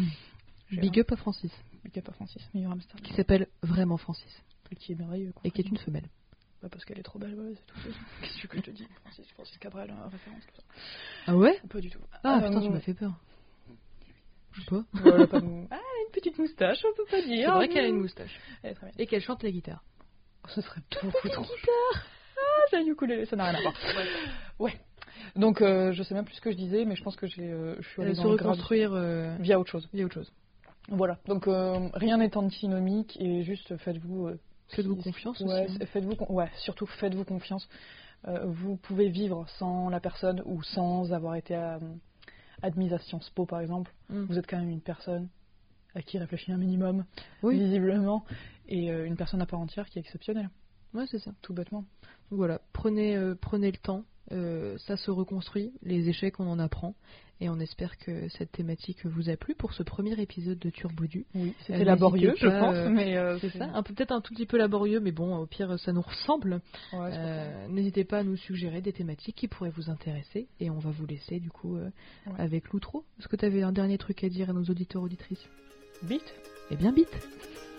Big up à Francis. Big up à Francis, meilleur hamster. Qui s'appelle vraiment Francis. Et qui est merveilleux. Et qui est une femelle. Bah parce qu'elle est trop belle, ouais, c'est tout. Qu'est-ce que je te dis, Francis, Francis Cabrel, référence, tout ça. Ah ouais? Pas du tout. Ah euh, putain, tu m'as fait peur. Ou pas Voilà, pas de mou- Ah, elle a une petite moustache, on peut pas C'est dire. vrai qu'elle a une moustache. Elle est très bien. Et qu'elle chante la guitare. Ce serait beaucoup trop. Ah, j'ai un ukulélé, ça n'a rien à voir. Ouais. Donc, euh, je sais même plus ce que je disais, mais je pense que j'ai, euh, je suis allée Elle dans se le grave reconstruire euh, via autre chose. via autre chose. Voilà. Donc, euh, rien n'est antinomique et juste faites-vous. Euh, Faites-vous si- confiance ouais, aussi. hein. Faites-vous, con- ouais, surtout faites-vous confiance. Euh, vous pouvez vivre sans la personne ou sans avoir été euh, admise à Sciences Po, par exemple. Mm. Vous êtes quand même une personne à qui réfléchit un minimum, Oui. visiblement, et euh, une personne à part entière qui est exceptionnelle, Ouais, c'est ça. tout bêtement. Donc voilà, prenez, euh, prenez le temps. Euh, ça se reconstruit. Les échecs, on en apprend. Et on espère que cette thématique vous a plu pour ce premier épisode de Turbodu. Oui, c'était Euh, laborieux, n'hésitez je pas, pense, euh, mais euh, C'est ça, un peu peut-être un tout petit peu laborieux, mais bon, au pire, ça nous ressemble. Ouais, c'est Euh, N'hésitez pas à nous suggérer des thématiques qui pourraient vous intéresser. Et on va vous laisser, du coup, euh, Ouais. avec l'outro. Est-ce que tu avais un dernier truc à dire à nos auditeurs auditrices? Bite. Eh bien, bite!